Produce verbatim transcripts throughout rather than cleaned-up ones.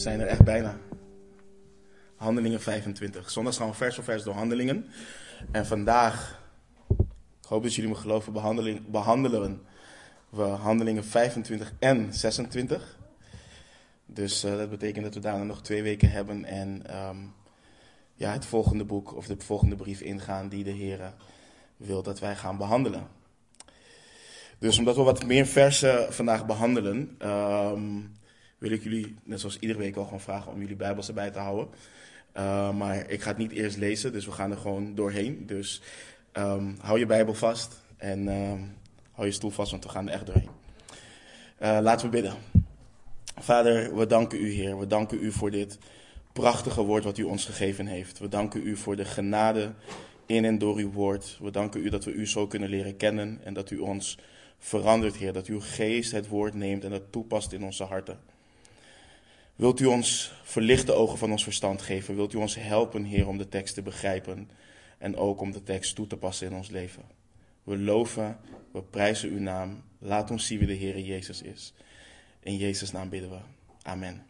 zijn er echt bijna. Handelingen vijfentwintig. Zondags gaan we vers voor vers door Handelingen. En vandaag, ik hoop dat jullie me geloven, behandelen, behandelen we Handelingen vijfentwintig en zesentwintig. Dus uh, dat betekent dat we daarna nog twee weken hebben en um, ja, het volgende boek of de volgende brief ingaan die de Heer wil dat wij gaan behandelen. Dus omdat we wat meer versen vandaag behandelen, um, wil ik jullie, net zoals iedere week, al gewoon vragen om jullie Bijbels erbij te houden. Uh, maar ik ga het niet eerst lezen, dus we gaan er gewoon doorheen. Dus um, hou je Bijbel vast en um, hou je stoel vast, want we gaan er echt doorheen. Uh, laten we bidden. Vader, we danken u, Heer. We danken u voor dit prachtige woord wat u ons gegeven heeft. We danken u voor de genade in en door uw woord. We danken u dat we u zo kunnen leren kennen en dat u ons verandert, Heer. Dat uw geest het woord neemt en dat toepast in onze harten. Wilt u ons verlichte ogen van ons verstand geven? Wilt u ons helpen, Heer, om de tekst te begrijpen en ook om de tekst toe te passen in ons leven? We loven, we prijzen uw naam. Laat ons zien wie de Heer Jezus is. In Jezus' naam bidden we. Amen.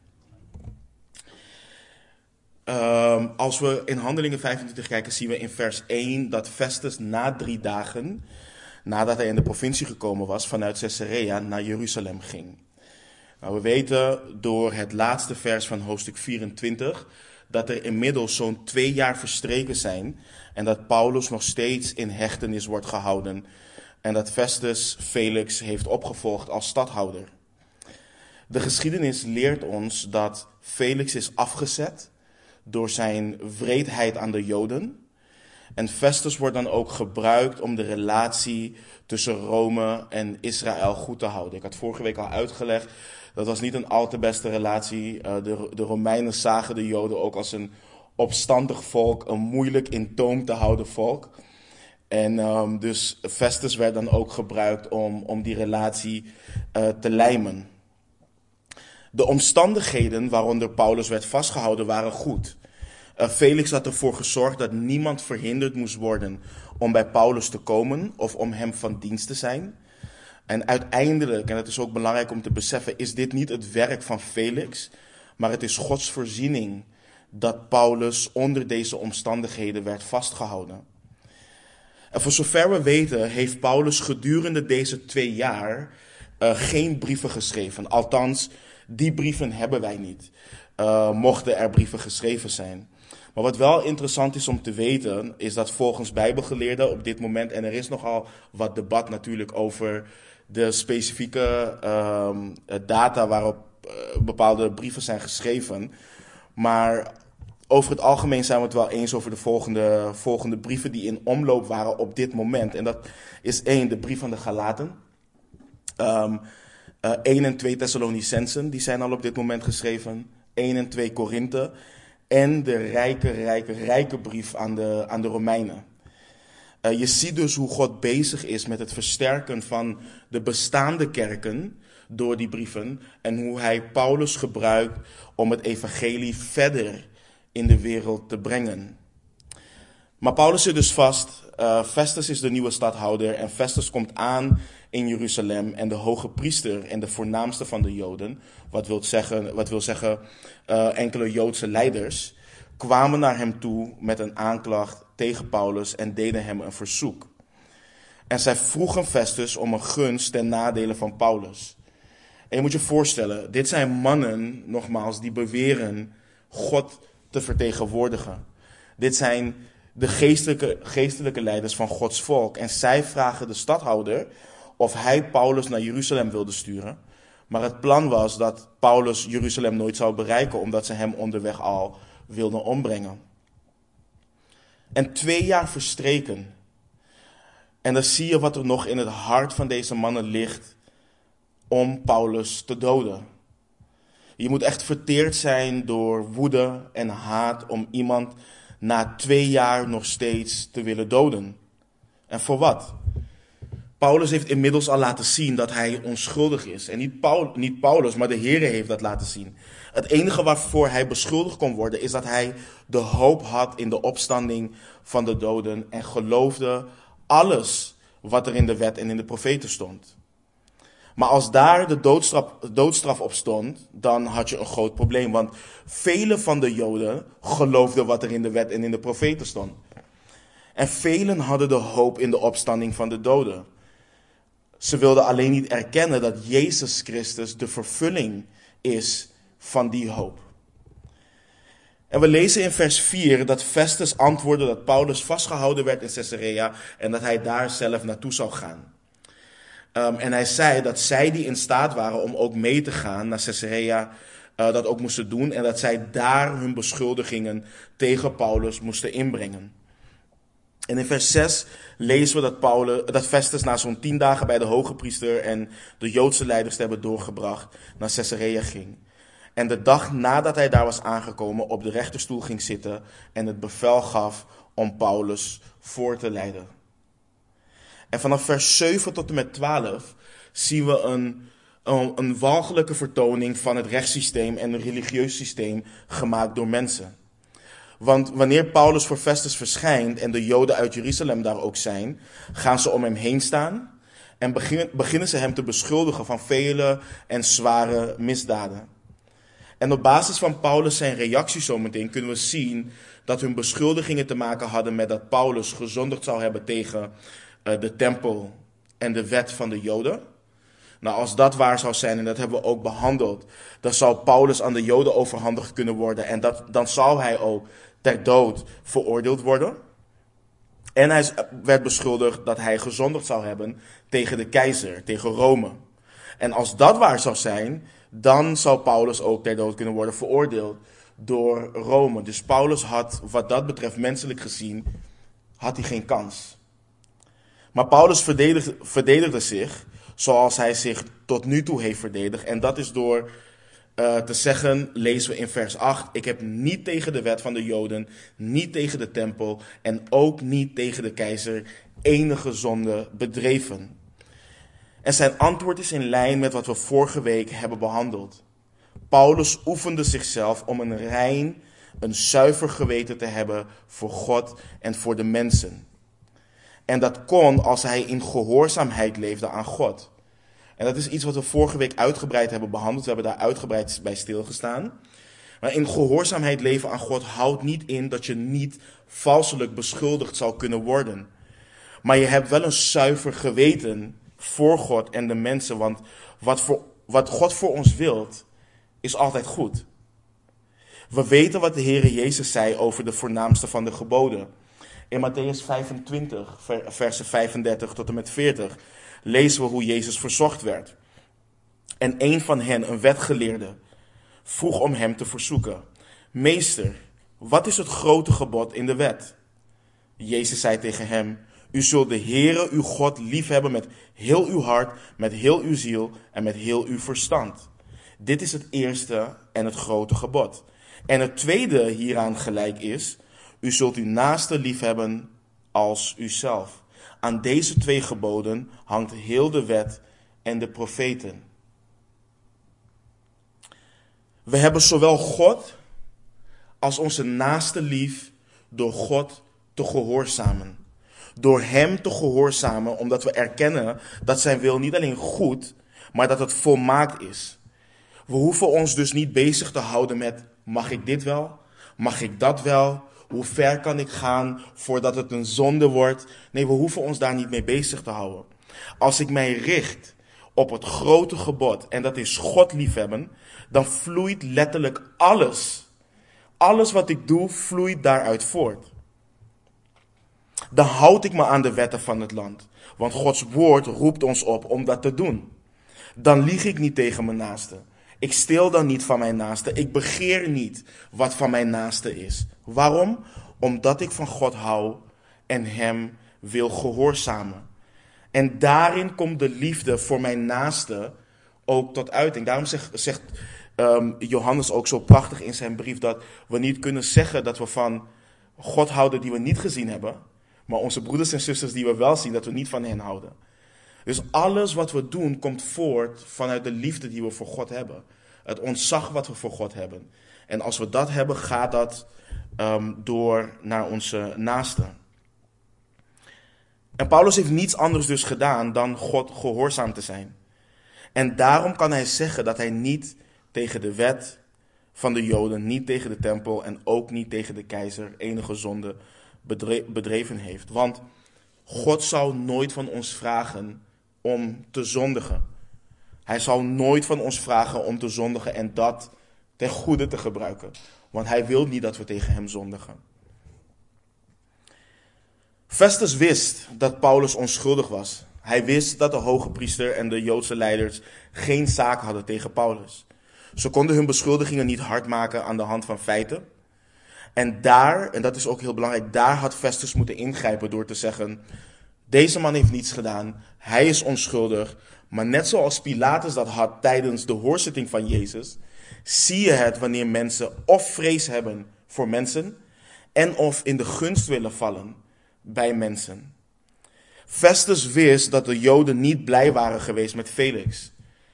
Um, als we in Handelingen vijfentwintig kijken, zien we in vers één dat Festus na drie dagen, nadat hij in de provincie gekomen was, vanuit Caesarea naar Jeruzalem ging. Nou, we weten door het laatste vers van hoofdstuk vierentwintig dat er inmiddels zo'n twee jaar verstreken zijn en dat Paulus nog steeds in hechtenis wordt gehouden en dat Festus Felix heeft opgevolgd als stadhouder. De geschiedenis leert ons dat Felix is afgezet door zijn wreedheid aan de Joden. En Festus wordt dan ook gebruikt om de relatie tussen Rome en Israël goed te houden. Ik had vorige week al uitgelegd, dat was niet een al te beste relatie. De, de Romeinen zagen de Joden ook als een opstandig volk, een moeilijk in toom te houden volk. En um, dus Festus werd dan ook gebruikt om, om die relatie uh, te lijmen. De omstandigheden waaronder Paulus werd vastgehouden waren goed. Uh, Felix had ervoor gezorgd dat niemand verhinderd moest worden om bij Paulus te komen of om hem van dienst te zijn. En uiteindelijk, en het is ook belangrijk om te beseffen, is dit niet het werk van Felix, maar het is Gods voorziening dat Paulus onder deze omstandigheden werd vastgehouden. En voor zover we weten heeft Paulus gedurende deze twee jaar uh, geen brieven geschreven. Althans, die brieven hebben wij niet, uh, mochten er brieven geschreven zijn. Maar wat wel interessant is om te weten, is dat volgens Bijbelgeleerden op dit moment, en er is nogal wat debat natuurlijk over de specifieke uh, data waarop uh, bepaalde brieven zijn geschreven. Maar over het algemeen zijn we het wel eens over de volgende, volgende brieven die in omloop waren op dit moment. En dat is één, de brief van de Galaten. Um, uh, één en twee Thessalonicensen, die zijn al op dit moment geschreven. één en twee Korinthe. En de rijke, rijke, rijke brief aan de, aan de Romeinen. Uh, je ziet dus hoe God bezig is met het versterken van de bestaande kerken door die brieven. En hoe hij Paulus gebruikt om het evangelie verder in de wereld te brengen. Maar Paulus zit dus vast. Uh, Festus is de nieuwe stadhouder en Festus komt aan in Jeruzalem en de hoge priester en de voornaamste van de Joden, wat wil zeggen, wat wil zeggen uh, enkele Joodse leiders, kwamen naar hem toe met een aanklacht tegen Paulus en deden hem een verzoek. En zij vroegen Festus om een gunst ten nadele van Paulus. En je moet je voorstellen, dit zijn mannen, nogmaals, die beweren God te vertegenwoordigen. Dit zijn de geestelijke, geestelijke leiders van Gods volk. En zij vragen de stadhouder of hij Paulus naar Jeruzalem wilde sturen. Maar het plan was dat Paulus Jeruzalem nooit zou bereiken, omdat ze hem onderweg al wilden ombrengen. En twee jaar verstreken. En dan zie je wat er nog in het hart van deze mannen ligt om Paulus te doden. Je moet echt verteerd zijn door woede en haat om iemand na twee jaar nog steeds te willen doden. En voor wat? Paulus heeft inmiddels al laten zien dat hij onschuldig is. En niet, Paul, niet Paulus, maar de Heere heeft dat laten zien. Het enige waarvoor hij beschuldigd kon worden is dat hij de hoop had in de opstanding van de doden en geloofde alles wat er in de wet en in de profeten stond. Maar als daar de doodstraf, doodstraf op stond, dan had je een groot probleem. Want vele van de Joden geloofden wat er in de wet en in de profeten stond. En velen hadden de hoop in de opstanding van de doden. Ze wilden alleen niet erkennen dat Jezus Christus de vervulling is van die hoop. En we lezen in vers vier dat Festus antwoordde dat Paulus vastgehouden werd in Caesarea en dat hij daar zelf naartoe zou gaan. Um, en hij zei dat zij die in staat waren om ook mee te gaan naar Caesarea, uh, dat ook moesten doen. En dat zij daar hun beschuldigingen tegen Paulus moesten inbrengen. En in vers zes lezen we dat, Paulus, dat Festus na zo'n tien dagen bij de hoge priester en de Joodse leiders te hebben doorgebracht naar Caesarea ging. En de dag nadat hij daar was aangekomen op de rechterstoel ging zitten en het bevel gaf om Paulus voor te leiden. En vanaf vers zeven tot en met twaalf zien we een, een, een walgelijke vertoning van het rechtssysteem en het religieus systeem gemaakt door mensen. Want wanneer Paulus voor Festus verschijnt en de Joden uit Jeruzalem daar ook zijn, gaan ze om hem heen staan en beginnen, beginnen ze hem te beschuldigen van vele en zware misdaden. En op basis van Paulus zijn reacties zometeen kunnen we zien dat hun beschuldigingen te maken hadden met dat Paulus gezondigd zou hebben tegen uh, de tempel en de wet van de Joden. Nou, als dat waar zou zijn, en dat hebben we ook behandeld, dan zou Paulus aan de Joden overhandigd kunnen worden. En dat, dan zou hij ook ter dood veroordeeld worden. En hij werd beschuldigd dat hij gezondigd zou hebben tegen de keizer, tegen Rome. En als dat waar zou zijn, dan zou Paulus ook ter dood kunnen worden veroordeeld door Rome. Dus Paulus had, wat dat betreft menselijk gezien, had hij geen kans. Maar Paulus verdedigde, verdedigde zich zoals hij zich tot nu toe heeft verdedigd. En dat is door uh, te zeggen, lezen we in vers acht, ik heb niet tegen de wet van de Joden, niet tegen de tempel en ook niet tegen de keizer enige zonde bedreven. En zijn antwoord is in lijn met wat we vorige week hebben behandeld. Paulus oefende zichzelf om een rein, een zuiver geweten te hebben voor God en voor de mensen. En dat kon als hij in gehoorzaamheid leefde aan God. En dat is iets wat we vorige week uitgebreid hebben behandeld. We hebben daar uitgebreid bij stilgestaan. Maar in gehoorzaamheid leven aan God houdt niet in dat je niet valselijk beschuldigd zou kunnen worden. Maar je hebt wel een zuiver geweten voor God en de mensen. Want wat, voor, wat God voor ons wilt, is altijd goed. We weten wat de Heere Jezus zei over de voornaamste van de geboden. In Matthäus vijfentwintig, versen vijfendertig tot en met veertig, lezen we hoe Jezus verzocht werd. En een van hen, een wetgeleerde, vroeg om hem te verzoeken. Meester, wat is het grote gebod in de wet? Jezus zei tegen hem, u zult de Heere uw God liefhebben met heel uw hart, met heel uw ziel en met heel uw verstand. Dit is het eerste en het grote gebod. En het tweede hieraan gelijk is, u zult uw naaste liefhebben als uzelf. Aan deze twee geboden hangt heel de wet en de profeten. We hebben zowel God als onze naaste lief door God te gehoorzamen. Door hem te gehoorzamen, omdat we erkennen dat zijn wil niet alleen goed, maar dat het volmaakt is. We hoeven ons dus niet bezig te houden met, mag ik dit wel? Mag ik dat wel? Hoe ver kan ik gaan voordat het een zonde wordt? Nee, we hoeven ons daar niet mee bezig te houden. Als ik mij richt op het grote gebod, en dat is God liefhebben, dan vloeit letterlijk alles. Alles wat ik doe, vloeit daaruit voort. Dan houd ik me aan de wetten van het land. Want Gods woord roept ons op om dat te doen. Dan lieg ik niet tegen mijn naaste. Ik steel dan niet van mijn naaste. Ik begeer niet wat van mijn naaste is. Waarom? Omdat ik van God hou en hem wil gehoorzamen. En daarin komt de liefde voor mijn naaste ook tot uiting. Daarom zegt, zegt um, Johannes ook zo prachtig in zijn brief dat we niet kunnen zeggen dat we van God houden die we niet gezien hebben. Maar onze broeders en zusters die we wel zien, dat we niet van hen houden. Dus alles wat we doen komt voort vanuit de liefde die we voor God hebben. Het ontzag wat we voor God hebben. En als we dat hebben, gaat dat um, door naar onze naasten. En Paulus heeft niets anders dus gedaan dan God gehoorzaam te zijn. En daarom kan hij zeggen dat hij niet tegen de wet van de Joden, niet tegen de tempel en ook niet tegen de keizer enige zonde bedre- bedreven heeft. Want God zou nooit van ons vragen om te zondigen. Hij zal nooit van ons vragen om te zondigen en dat ten goede te gebruiken. Want hij wil niet dat we tegen hem zondigen. Festus wist dat Paulus onschuldig was. Hij wist dat de hoge priester en de Joodse leiders geen zaak hadden tegen Paulus. Ze konden hun beschuldigingen niet hard maken aan de hand van feiten. En daar, en dat is ook heel belangrijk, daar had Festus moeten ingrijpen door te zeggen: deze man heeft niets gedaan, hij is onschuldig. Maar net zoals Pilatus dat had tijdens de hoorzitting van Jezus, zie je het wanneer mensen of vrees hebben voor mensen en of in de gunst willen vallen bij mensen. Festus wist dat de Joden niet blij waren geweest met Felix.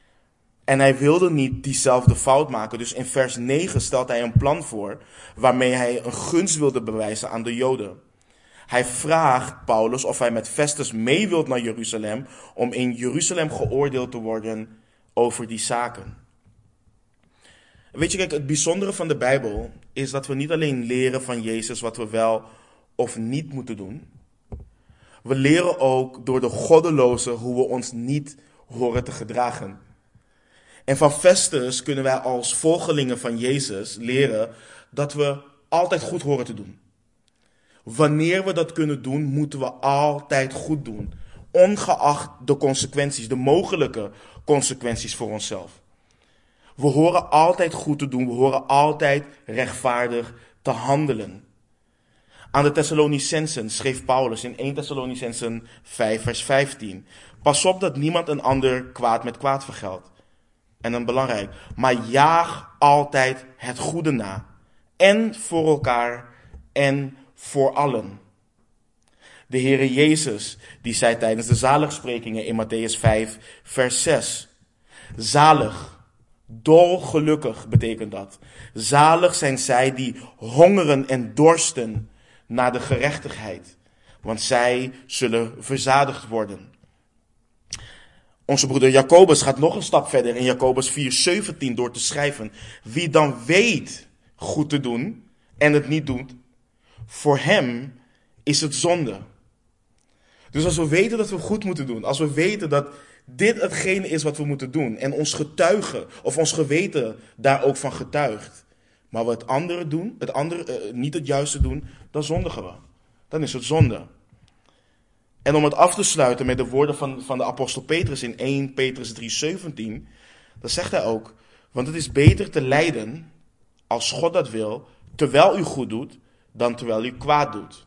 En hij wilde niet diezelfde fout maken. Dus in vers negen stelt hij een plan voor waarmee hij een gunst wilde bewijzen aan de Joden. Hij vraagt Paulus of hij met Festus mee wilt naar Jeruzalem om in Jeruzalem geoordeeld te worden over die zaken. Weet je, kijk, het bijzondere van de Bijbel is dat we niet alleen leren van Jezus wat we wel of niet moeten doen. We leren ook door de goddelozen hoe we ons niet horen te gedragen. En van Festus kunnen wij als volgelingen van Jezus leren dat we altijd goed horen te doen. Wanneer we dat kunnen doen, moeten we altijd goed doen. Ongeacht de consequenties, de mogelijke consequenties voor onszelf. We horen altijd goed te doen, we horen altijd rechtvaardig te handelen. Aan de Thessalonicensen schreef Paulus in eerste Thessalonicensen vijf vers vijftien. Pas op dat niemand een ander kwaad met kwaad vergeldt. En dan belangrijk, maar jaag altijd het goede na. En voor elkaar en voor allen. De Heere Jezus, die zei tijdens de zaligsprekingen in Matthäus vijf vers zes. Zalig, dolgelukkig betekent dat. Zalig zijn zij die hongeren en dorsten naar de gerechtigheid, want zij zullen verzadigd worden. Onze broeder Jacobus gaat nog een stap verder in Jacobus vier zeventien door te schrijven: wie dan weet goed te doen en het niet doet, voor hem is het zonde. Dus als we weten dat we goed moeten doen, als we weten dat dit hetgene is wat we moeten doen en ons getuigen of ons geweten daar ook van getuigt, maar we het andere doen, het andere, uh, niet het juiste doen, dan zondigen we. Dan is het zonde. En om het af te sluiten met de woorden van, van de apostel Petrus in eerste Petrus drie zeventien, dan zegt hij ook: want het is beter te lijden, als God dat wil, terwijl u goed doet, dan terwijl u kwaad doet.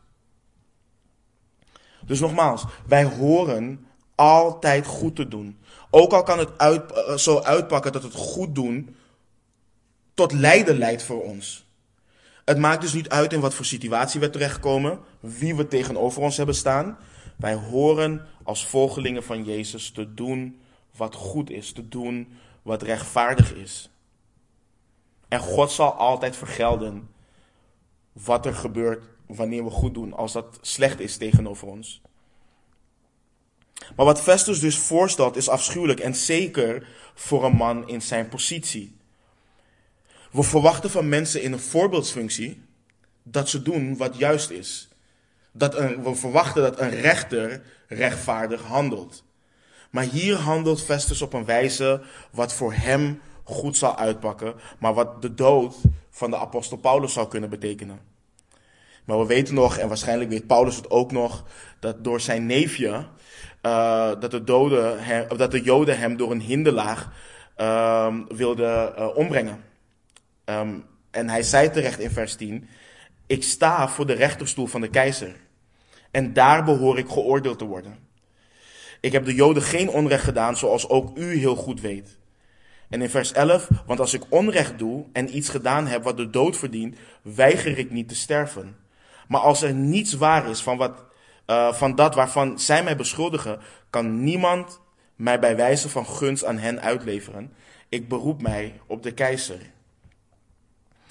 Dus nogmaals, wij horen altijd goed te doen. Ook al kan het uit, uh, zo uitpakken dat het goed doen tot lijden leidt voor ons. Het maakt dus niet uit in wat voor situatie we terechtkomen, wie we tegenover ons hebben staan. Wij horen als volgelingen van Jezus te doen wat goed is, te doen wat rechtvaardig is. En God zal altijd vergelden wat er gebeurt wanneer we goed doen, als dat slecht is tegenover ons. Maar wat Festus dus voorstelt is afschuwelijk en zeker voor een man in zijn positie. We verwachten van mensen in een voorbeeldsfunctie dat ze doen wat juist is. Dat een, we verwachten dat een rechter rechtvaardig handelt. Maar hier handelt Festus op een wijze wat voor hem goed zal uitpakken, maar wat de dood van de apostel Paulus zou kunnen betekenen. Maar we weten nog, en waarschijnlijk weet Paulus het ook nog, dat door zijn neefje, uh, dat, de doden hem, dat de Joden hem door een hinderlaag uh, wilden uh, ombrengen. Um, en hij zei terecht in vers tien, ik sta voor de rechterstoel van de keizer. En daar behoor ik geoordeeld te worden. Ik heb de Joden geen onrecht gedaan, zoals ook u heel goed weet. En in vers elf, want als ik onrecht doe en iets gedaan heb wat de dood verdient, weiger ik niet te sterven. Maar als er niets waar is van, wat, uh, van dat waarvan zij mij beschuldigen, kan niemand mij bij wijze van gunst aan hen uitleveren. Ik beroep mij op de keizer.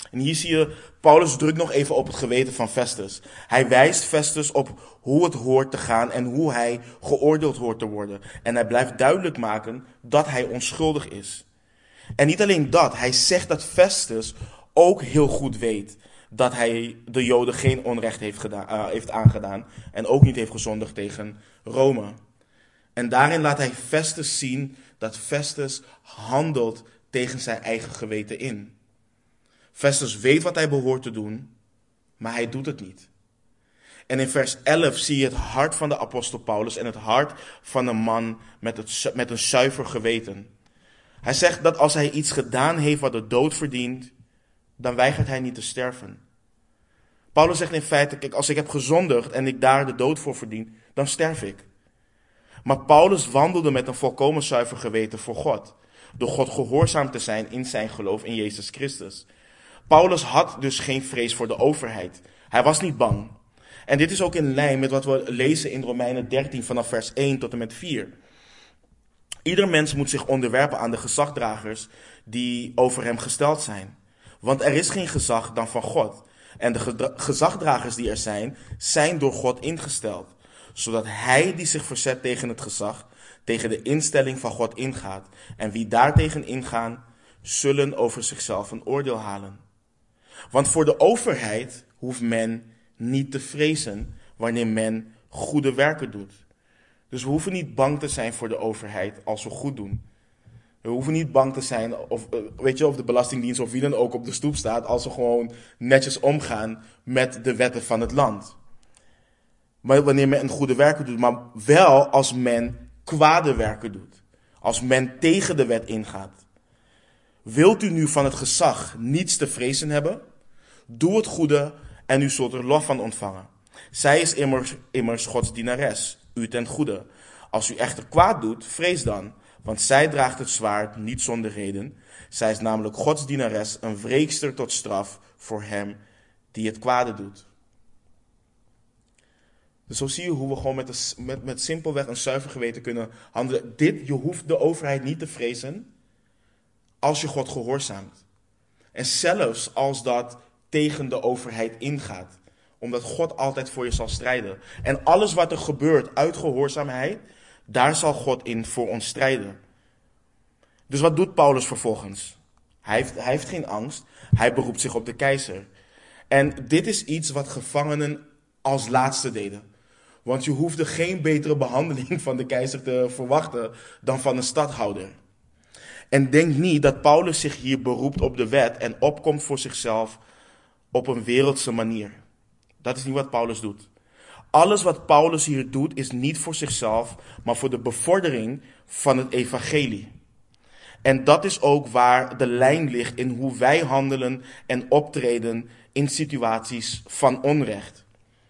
En hier zie je, Paulus drukt nog even op het geweten van Festus. Hij wijst Festus op hoe het hoort te gaan en hoe hij geoordeeld hoort te worden. En hij blijft duidelijk maken dat hij onschuldig is. En niet alleen dat, hij zegt dat Festus ook heel goed weet dat hij de Joden geen onrecht heeft, gedaan, uh, heeft aangedaan en ook niet heeft gezondigd tegen Rome. En daarin laat hij Festus zien dat Festus handelt tegen zijn eigen geweten in. Festus weet wat hij behoort te doen, maar hij doet het niet. En in vers elf zie je het hart van de apostel Paulus en het hart van een man met, het, met een zuiver geweten. Hij zegt dat als hij iets gedaan heeft wat de dood verdient, dan weigert hij niet te sterven. Paulus zegt in feite, kijk, als ik heb gezondigd en ik daar de dood voor verdien, dan sterf ik. Maar Paulus wandelde met een volkomen zuiver geweten voor God, door God gehoorzaam te zijn in zijn geloof in Jezus Christus. Paulus had dus geen vrees voor de overheid. Hij was niet bang. En dit is ook in lijn met wat we lezen in Romeinen dertien vanaf vers één tot en met vier. Ieder mens moet zich onderwerpen aan de gezagdragers die over hem gesteld zijn. Want er is geen gezag dan van God. En de gezagdragers die er zijn, zijn door God ingesteld. Zodat hij die zich verzet tegen het gezag, tegen de instelling van God ingaat. En wie daartegen ingaan, zullen over zichzelf een oordeel halen. Want voor de overheid hoeft men niet te vrezen wanneer men goede werken doet. Dus we hoeven niet bang te zijn voor de overheid als we goed doen. We hoeven niet bang te zijn of, weet je, of de Belastingdienst of wie dan ook op de stoep staat als we gewoon netjes omgaan met de wetten van het land. Maar wanneer men een goede werken doet, maar wel als men kwade werken doet. Als men tegen de wet ingaat. Wilt u nu van het gezag niets te vrezen hebben? Doe het goede en u zult er lof van ontvangen. Zij is immers, immers Gods dienares, u ten goede. Als u echter kwaad doet, vrees dan, want zij draagt het zwaard niet zonder reden. Zij is namelijk Gods dienares, een wreekster tot straf voor hem die het kwade doet. Dus zo zie je hoe we gewoon met, de, met, met simpelweg een zuiver geweten kunnen handelen. Dit, je hoeft de overheid niet te vrezen als je God gehoorzaamt. En zelfs als dat tegen de overheid ingaat. Omdat God altijd voor je zal strijden. En alles wat er gebeurt uit gehoorzaamheid, daar zal God in voor ons strijden. Dus wat doet Paulus vervolgens? Hij heeft, hij heeft geen angst. Hij beroept zich op de keizer. En dit is iets wat gevangenen als laatste deden. Want je hoefde geen betere behandeling van de keizer te verwachten dan van een stadhouder. En denk niet dat Paulus zich hier beroept op de wet en opkomt voor zichzelf op een wereldse manier. Dat is niet wat Paulus doet. Alles wat Paulus hier doet is niet voor zichzelf, maar voor de bevordering van het evangelie. En dat is ook waar de lijn ligt in hoe wij handelen en optreden in situaties van onrecht.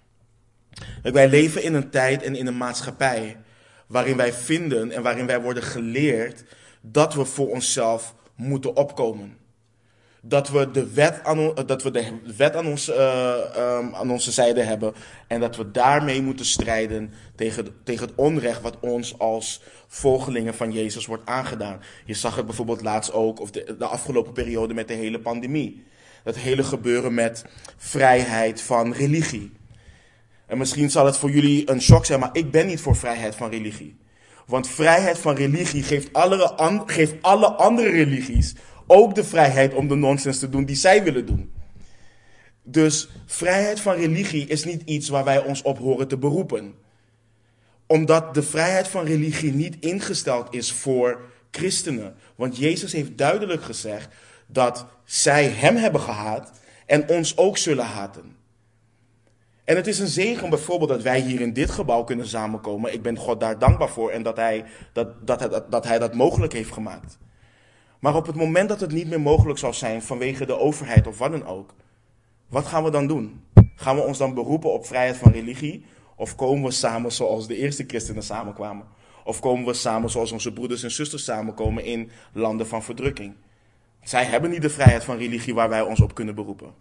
Wij leven in een tijd en in een maatschappij waarin wij vinden en waarin wij worden geleerd dat we voor onszelf moeten opkomen. Dat we de wet aan, dat we de wet aan, ons, uh, um, aan onze zijde hebben en dat we daarmee moeten strijden tegen, tegen het onrecht wat ons als volgelingen van Jezus wordt aangedaan. Je zag het bijvoorbeeld laatst ook, of de, de afgelopen periode met de hele pandemie. Dat hele gebeuren met vrijheid van religie. En misschien zal het voor jullie een shock zijn, maar ik ben niet voor vrijheid van religie. Want vrijheid van religie geeft alle, an, geeft alle andere religies ook de vrijheid om de nonsens te doen die zij willen doen. Dus vrijheid van religie is niet iets waar wij ons op horen te beroepen. Omdat de vrijheid van religie niet ingesteld is voor christenen. Want Jezus heeft duidelijk gezegd dat zij hem hebben gehaat en ons ook zullen haten. En het is een zegen bijvoorbeeld dat wij hier in dit gebouw kunnen samenkomen. Ik ben God daar dankbaar voor en dat hij dat, dat, dat, dat, hij dat mogelijk heeft gemaakt. Maar op het moment dat het niet meer mogelijk zou zijn vanwege de overheid of wat dan ook, wat gaan we dan doen? Gaan we ons dan beroepen op vrijheid van religie? Of komen we samen zoals de eerste christenen samenkwamen? Of komen we samen zoals onze broeders en zusters samenkomen in landen van verdrukking? Zij hebben niet de vrijheid van religie waar wij ons op kunnen beroepen.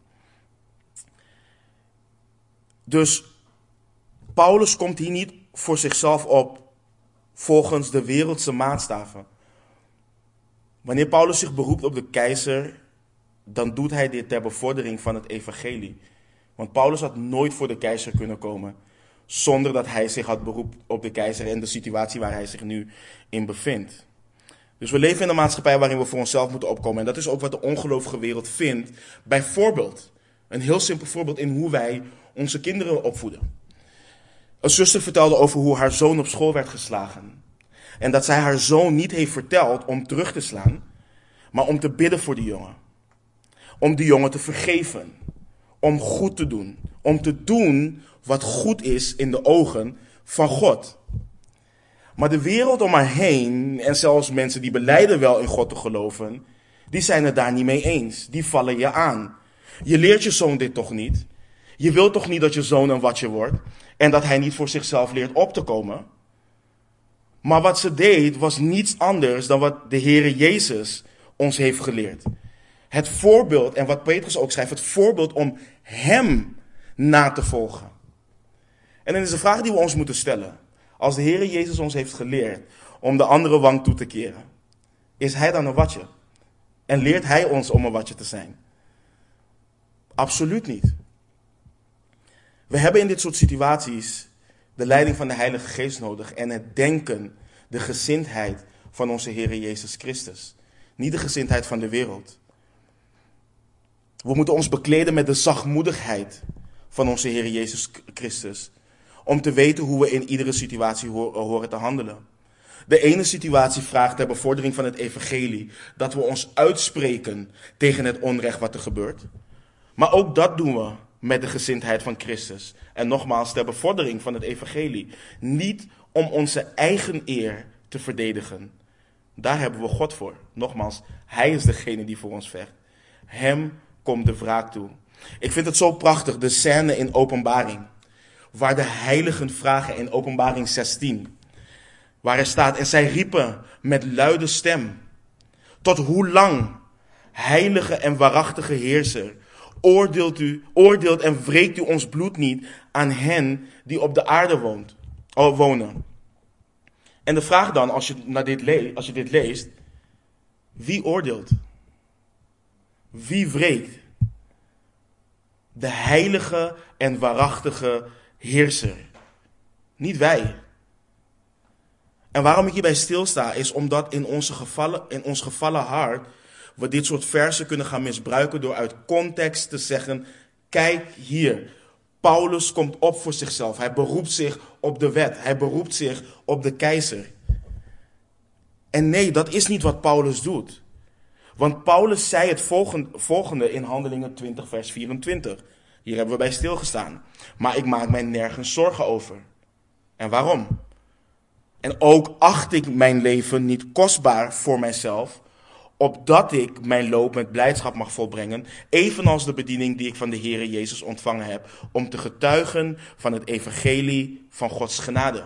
Dus Paulus komt hier niet voor zichzelf op volgens de wereldse maatstaven. Wanneer Paulus zich beroept op de keizer, dan doet hij dit ter bevordering van het evangelie. Want Paulus had nooit voor de keizer kunnen komen zonder dat hij zich had beroepen op de keizer en de situatie waar hij zich nu in bevindt. Dus we leven in een maatschappij waarin we voor onszelf moeten opkomen. En dat is ook wat de ongelovige wereld vindt. Bijvoorbeeld, een heel simpel voorbeeld in hoe wij onze kinderen opvoeden. Een zuster vertelde over hoe haar zoon op school werd geslagen. En dat zij haar zoon niet heeft verteld om terug te slaan, maar om te bidden voor die jongen. Om die jongen te vergeven. Om goed te doen. Om te doen wat goed is in de ogen van God. Maar de wereld om haar heen, en zelfs mensen die belijden wel in God te geloven, die zijn het daar niet mee eens. Die vallen je aan. Je leert je zoon dit toch niet? Je wilt toch niet dat je zoon een watje wordt en dat hij niet voor zichzelf leert op te komen? Maar wat ze deed was niets anders dan wat de Heere Jezus ons heeft geleerd. Het voorbeeld, en wat Petrus ook schrijft, het voorbeeld om hem na te volgen. En dan is de vraag die we ons moeten stellen. Als de Heere Jezus ons heeft geleerd om de andere wang toe te keren, is hij dan een watje? En leert hij ons om een watje te zijn? Absoluut niet. We hebben in dit soort situaties de leiding van de Heilige Geest nodig en het denken, de gezindheid van onze Heere Jezus Christus. Niet de gezindheid van de wereld. We moeten ons bekleden met de zachtmoedigheid van onze Heere Jezus Christus. Om te weten hoe we in iedere situatie horen te handelen. De ene situatie vraagt ter bevordering van het evangelie dat we ons uitspreken tegen het onrecht wat er gebeurt. Maar ook dat doen we met de gezindheid van Christus. En nogmaals, ter bevordering van het evangelie. Niet om onze eigen eer te verdedigen. Daar hebben we God voor. Nogmaals, hij is degene die voor ons vecht. Hem komt de wraak toe. Ik vind het zo prachtig, de scène in Openbaring. Waar de heiligen vragen in Openbaring zestien. Waar er staat, en zij riepen met luide stem. Tot hoe lang, heilige en waarachtige heerser, oordeelt u, oordeelt en wreekt u ons bloed niet aan hen die op de aarde woont, oh, wonen. En de vraag dan, als je, naar dit le- als je dit leest, wie oordeelt? Wie wreekt? De heilige en waarachtige heerser. Niet wij. En waarom ik hierbij stilsta, is omdat in, onze gevallen, in ons gevallen hart we dit soort versen kunnen gaan misbruiken door uit context te zeggen, kijk hier, Paulus komt op voor zichzelf. Hij beroept zich op de wet. Hij beroept zich op de keizer. En nee, dat is niet wat Paulus doet. Want Paulus zei het volgende in Handelingen twintig vers vierentwintig. Hier hebben we bij stilgestaan. Maar ik maak mij nergens zorgen over. En waarom? En ook acht ik mijn leven niet kostbaar voor mijzelf, opdat ik mijn loop met blijdschap mag volbrengen, evenals de bediening die ik van de Heere Jezus ontvangen heb, om te getuigen van het evangelie van Gods genade.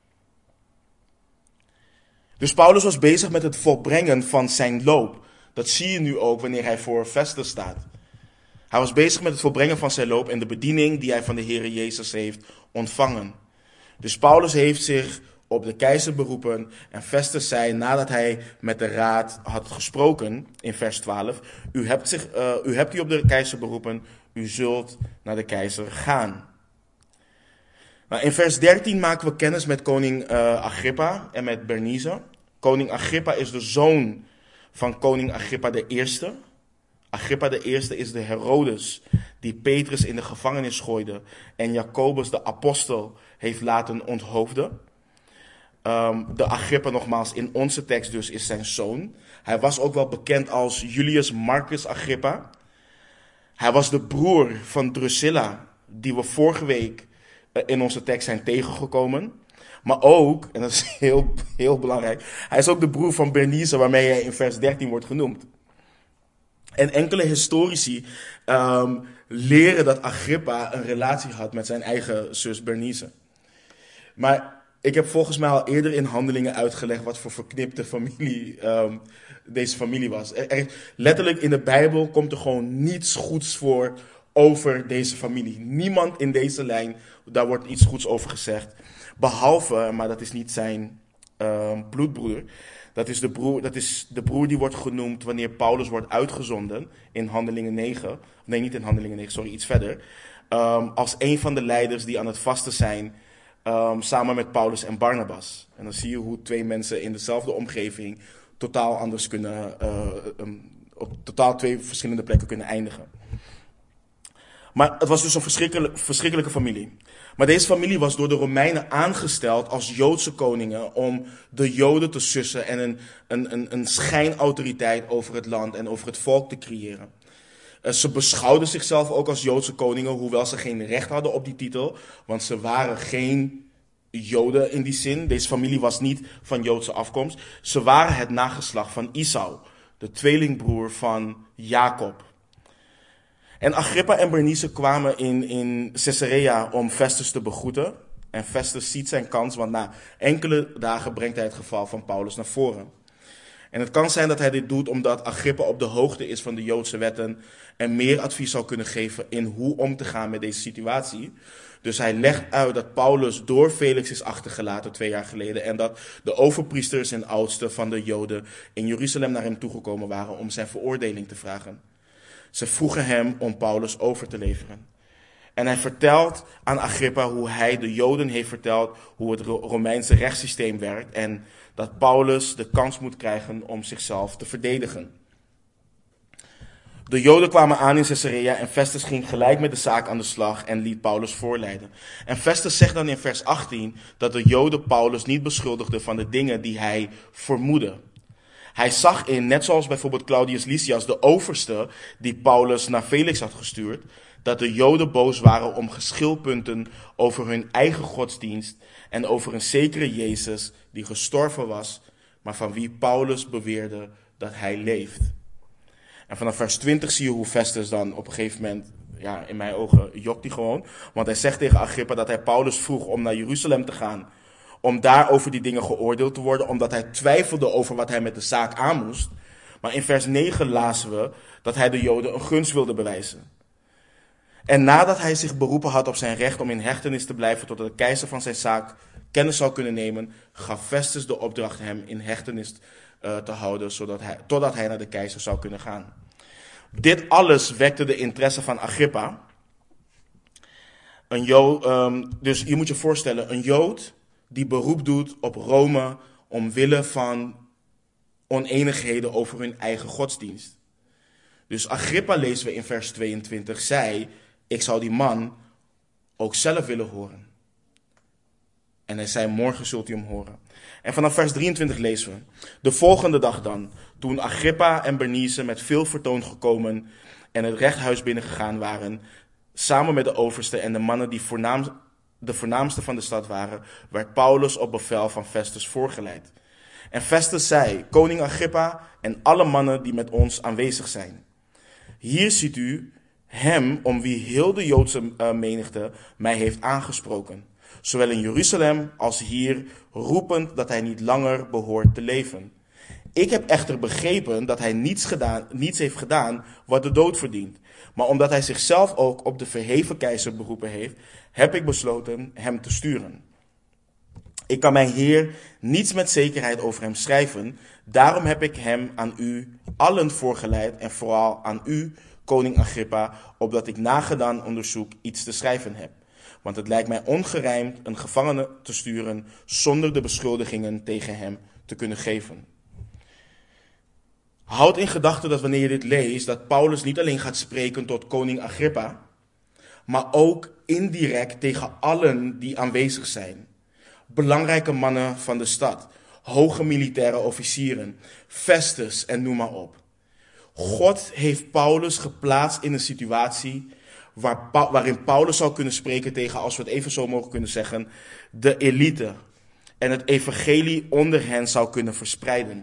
Dus Paulus was bezig met het volbrengen van zijn loop. Dat zie je nu ook wanneer hij voor Festus staat. Hij was bezig met het volbrengen van zijn loop en de bediening die hij van de Heere Jezus heeft ontvangen. Dus Paulus heeft zich op de keizer beroepen en Festus zei nadat hij met de raad had gesproken in vers twaalf, u hebt, zich, uh, u hebt u op de keizer beroepen, u zult naar de keizer gaan. Nou, in vers dertien maken we kennis met koning uh, Agrippa en met Bernice. Koning Agrippa is de zoon van koning Agrippa de Eerste. Agrippa de Eerste is de Herodes die Petrus in de gevangenis gooide en Jacobus de apostel heeft laten onthoofden. Um, de Agrippa nogmaals in onze tekst dus is zijn zoon. Hij was ook wel bekend als Julius Marcus Agrippa. Hij was de broer van Drusilla, die we vorige week uh, in onze tekst zijn tegengekomen. Maar ook, en dat is heel, heel belangrijk, hij is ook de broer van Bernice, waarmee hij in vers dertien wordt genoemd. En enkele historici um, leren dat Agrippa een relatie had met zijn eigen zus Bernice. Maar ik heb volgens mij al eerder in Handelingen uitgelegd wat voor verknipte familie um, deze familie was. Er, er, letterlijk in de Bijbel komt er gewoon niets goeds voor over deze familie. Niemand in deze lijn, daar wordt iets goeds over gezegd. Behalve, maar dat is niet zijn uh, bloedbroeder. Dat is, de broer, dat is de broer die wordt genoemd wanneer Paulus wordt uitgezonden in Handelingen negen. Nee, niet in Handelingen negen, sorry, iets verder. Um, als een van de leiders die aan het vasten zijn, um, samen met Paulus en Barnabas. En dan zie je hoe twee mensen in dezelfde omgeving totaal anders kunnen, uh, um, op totaal twee verschillende plekken kunnen eindigen. Maar het was dus een verschrikkelijk, verschrikkelijke familie. Maar deze familie was door de Romeinen aangesteld als Joodse koningen om de Joden te sussen en een, een, een, een schijnautoriteit over het land en over het volk te creëren. Uh, ze beschouwden zichzelf ook als Joodse koningen, hoewel ze geen recht hadden op die titel, want ze waren geen Joden in die zin. Deze familie was niet van Joodse afkomst. Ze waren het nageslacht van Esau, de tweelingbroer van Jacob. En Agrippa en Bernice kwamen in, in Caesarea om Festus te begroeten. En Festus ziet zijn kans, want na enkele dagen brengt hij het geval van Paulus naar voren. En het kan zijn dat hij dit doet omdat Agrippa op de hoogte is van de Joodse wetten en meer advies zal kunnen geven in hoe om te gaan met deze situatie. Dus hij legt uit dat Paulus door Felix is achtergelaten twee jaar geleden en dat de overpriesters en oudsten van de Joden in Jeruzalem naar hem toegekomen waren om zijn veroordeling te vragen. Ze vroegen hem om Paulus over te leveren. En hij vertelt aan Agrippa hoe hij de Joden heeft verteld hoe het Romeinse rechtssysteem werkt en dat Paulus de kans moet krijgen om zichzelf te verdedigen. De Joden kwamen aan in Caesarea en Festus ging gelijk met de zaak aan de slag en liet Paulus voorleiden. En Festus zegt dan in vers achttien dat de Joden Paulus niet beschuldigden van de dingen die hij vermoedde. Hij zag in, net zoals bijvoorbeeld Claudius Lysias, de overste die Paulus naar Felix had gestuurd, dat de Joden boos waren om geschilpunten over hun eigen godsdienst en over een zekere Jezus die gestorven was, maar van wie Paulus beweerde dat hij leeft. En vanaf vers twintig zie je hoe Festus dan op een gegeven moment, ja, in mijn ogen jokt hij gewoon, want hij zegt tegen Agrippa dat hij Paulus vroeg om naar Jeruzalem te gaan, om daar over die dingen geoordeeld te worden, omdat hij twijfelde over wat hij met de zaak aan moest. Maar in vers negen lazen we dat hij de Joden een gunst wilde bewijzen. En nadat hij zich beroepen had op zijn recht om in hechtenis te blijven totdat de keizer van zijn zaak kennis zou kunnen nemen, gaf Festus de opdracht hem in hechtenis uh, te houden, zodat hij, totdat hij naar de keizer zou kunnen gaan. Dit alles wekte de interesse van Agrippa. Een Jood, um, dus je moet je voorstellen, een Jood die beroep doet op Rome omwille van oneenigheden over hun eigen godsdienst. Dus Agrippa, lezen we in vers tweeëntwintig, zei, ik zou die man ook zelf willen horen. En hij zei, morgen zult u hem horen. En vanaf vers drieëntwintig lezen we, de volgende dag dan, toen Agrippa en Bernice met veel vertoon gekomen en het rechthuis binnengegaan waren, samen met de overste en de mannen die voornaam, de voornaamste van de stad waren, werd Paulus op bevel van Festus voorgeleid. En Festus zei, koning Agrippa en alle mannen die met ons aanwezig zijn. Hier ziet u hem om wie heel de Joodse uh, menigte mij heeft aangesproken. Zowel in Jeruzalem als hier, roepend dat hij niet langer behoort te leven. Ik heb echter begrepen dat hij niets, gedaan, niets heeft gedaan wat de dood verdient. Maar omdat hij zichzelf ook op de verheven keizer beroepen heeft, heb ik besloten hem te sturen. Ik kan mijn Heer niets met zekerheid over hem schrijven. Daarom heb ik hem aan u allen voorgeleid en vooral aan u, koning Agrippa, opdat ik nagedaan onderzoek iets te schrijven heb. Want het lijkt mij ongerijmd een gevangene te sturen zonder de beschuldigingen tegen hem te kunnen geven. Houd in gedachten dat wanneer je dit leest, dat Paulus niet alleen gaat spreken tot koning Agrippa, maar ook indirect tegen allen die aanwezig zijn. Belangrijke mannen van de stad, hoge militaire officieren, Festus en noem maar op. God heeft Paulus geplaatst in een situatie waar, waarin Paulus zou kunnen spreken tegen, als we het even zo mogen kunnen zeggen, de elite. En het evangelie onder hen zou kunnen verspreiden.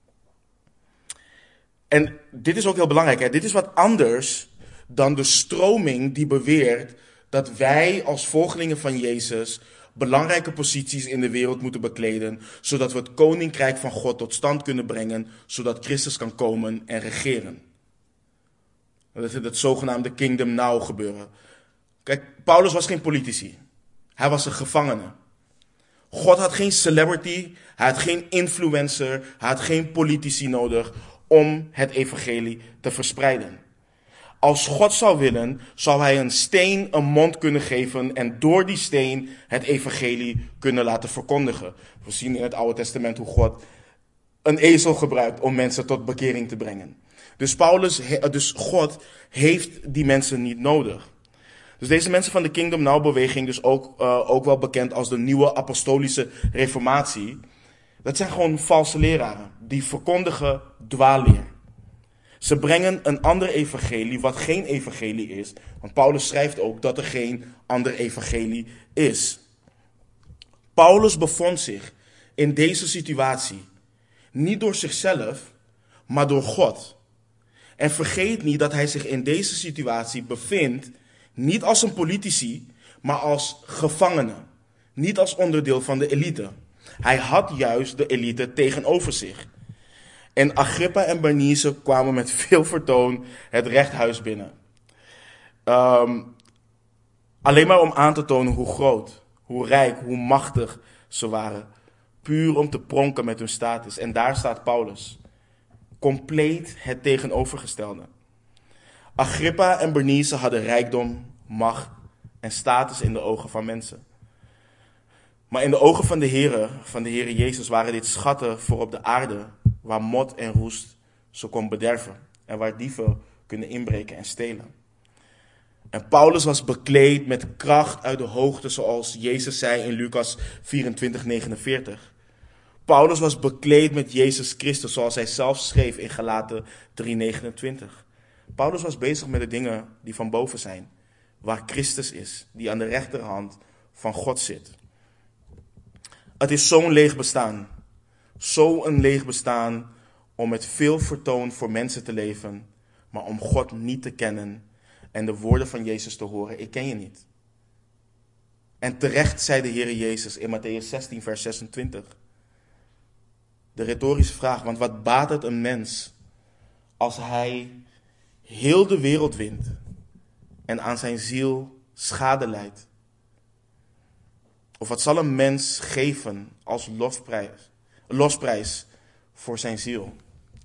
En dit is ook heel belangrijk. Hè? Dit is wat anders dan de stroming die beweert dat wij als volgelingen van Jezus belangrijke posities in de wereld moeten bekleden, zodat we het koninkrijk van God tot stand kunnen brengen, zodat Christus kan komen en regeren. Dat is het zogenaamde Kingdom Now gebeuren. Kijk, Paulus was geen politici. Hij was een gevangene. God had geen celebrity, hij had geen influencer, hij had geen politici nodig om het evangelie te verspreiden. Als God zou willen, zou hij een steen een mond kunnen geven en door die steen het evangelie kunnen laten verkondigen. We zien in het Oude Testament hoe God een ezel gebruikt om mensen tot bekering te brengen. Dus, Paulus, dus God heeft die mensen niet nodig. Dus deze mensen van de Kingdom Now beweging, dus ook, uh, ook wel bekend als de nieuwe apostolische reformatie, dat zijn gewoon valse leraren. Die verkondigen dwaalleer. Ze brengen een ander evangelie wat geen evangelie is. Want Paulus schrijft ook dat er geen ander evangelie is. Paulus bevond zich in deze situatie niet door zichzelf, maar door God. En vergeet niet dat hij zich in deze situatie bevindt, niet als een politici, maar als gevangene. Niet als onderdeel van de elite. Hij had juist de elite tegenover zich. En Agrippa en Bernice kwamen met veel vertoon het rechthuis binnen. Um, alleen maar om aan te tonen hoe groot, hoe rijk, hoe machtig ze waren. Puur om te pronken met hun status. En daar staat Paulus. Compleet het tegenovergestelde. Agrippa en Bernice hadden rijkdom, macht en status in de ogen van mensen. Maar in de ogen van de Here, van de Heere Jezus, waren dit schatten voor op de aarde, waar mot en roest ze kon bederven en waar dieven kunnen inbreken en stelen. En Paulus was bekleed met kracht uit de hoogte, zoals Jezus zei in Lucas vierentwintig negenenveertig. Paulus was bekleed met Jezus Christus, zoals hij zelf schreef in Galaten drie negenentwintig. Paulus was bezig met de dingen die van boven zijn, waar Christus is, die aan de rechterhand van God zit. Het is zo'n leeg bestaan, zo'n leeg bestaan om met veel vertoon voor mensen te leven, maar om God niet te kennen en de woorden van Jezus te horen, ik ken je niet. En terecht zei de Heer Jezus in Mattheüs zestien vers zesentwintig. De retorische vraag, want wat baat het een mens als hij heel de wereld wint en aan zijn ziel schade lijdt? Of wat zal een mens geven als lofprijs, losprijs voor zijn ziel?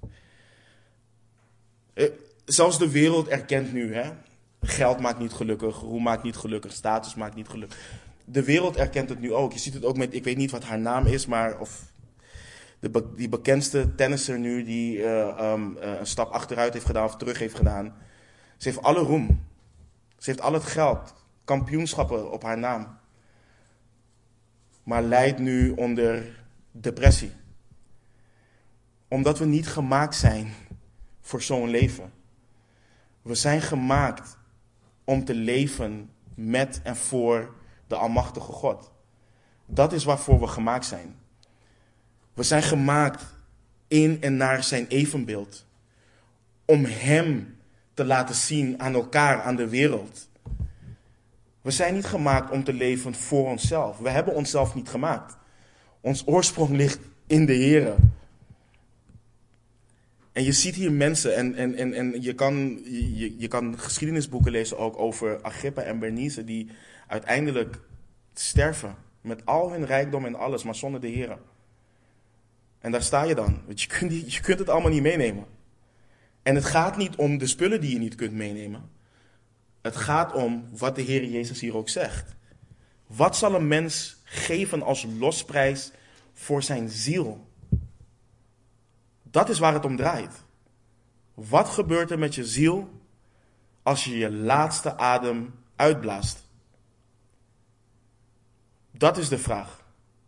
Zelfs de wereld erkent nu, hè? Geld maakt niet gelukkig, roem maakt niet gelukkig, status maakt niet gelukkig. De wereld erkent het nu ook. Je ziet het ook met, ik weet niet wat haar naam is, maar of de, be, die bekendste tennisser nu die uh, um, uh, een stap achteruit heeft gedaan of terug heeft gedaan. Ze heeft alle roem. Ze heeft al het geld, kampioenschappen op haar naam. Maar lijdt nu onder depressie. Omdat we niet gemaakt zijn voor zo'n leven. We zijn gemaakt om te leven met en voor de Almachtige God. Dat is waarvoor we gemaakt zijn. We zijn gemaakt in en naar zijn evenbeeld. Om hem te laten zien aan elkaar, aan de wereld. We zijn niet gemaakt om te leven voor onszelf. We hebben onszelf niet gemaakt. Ons oorsprong ligt in de Here. En je ziet hier mensen, en, en, en, en je, kan, je, je kan geschiedenisboeken lezen ook over Agrippa en Bernice, die uiteindelijk sterven. Met al hun rijkdom en alles, maar zonder de Here. En daar sta je dan. Want je kunt, die, je kunt het allemaal niet meenemen. En het gaat niet om de spullen die je niet kunt meenemen. Het gaat om wat de Heer Jezus hier ook zegt. Wat zal een mens geven als losprijs voor zijn ziel? Dat is waar het om draait. Wat gebeurt er met je ziel als je je laatste adem uitblaast? Dat is de vraag.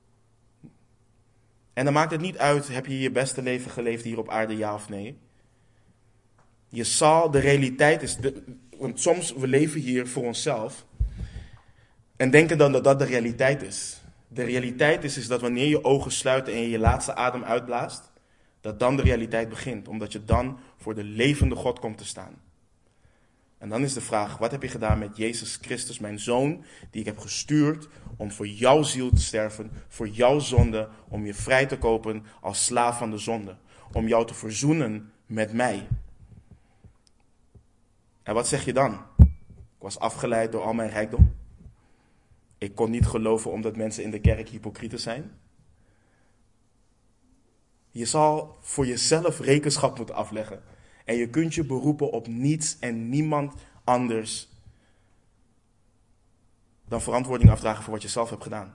En dan maakt het niet uit, heb je je beste leven geleefd hier op aarde, ja of nee? Je zal, de realiteit is, de, want soms we leven hier voor onszelf en denken dan dat dat de realiteit is. De realiteit is, is dat wanneer je ogen sluit en je je laatste adem uitblaast, dat dan de realiteit begint, omdat je dan voor de levende God komt te staan. En dan is de vraag, wat heb je gedaan met Jezus Christus, mijn Zoon, die ik heb gestuurd om voor jouw ziel te sterven, voor jouw zonde, om je vrij te kopen als slaaf van de zonde, om jou te verzoenen met mij. En wat zeg je dan? Ik was afgeleid door al mijn rijkdom. Ik kon niet geloven omdat mensen in de kerk hypocrieten zijn. Je zal voor jezelf rekenschap moeten afleggen. En je kunt je beroepen op niets en niemand anders dan verantwoording afdragen voor wat je zelf hebt gedaan.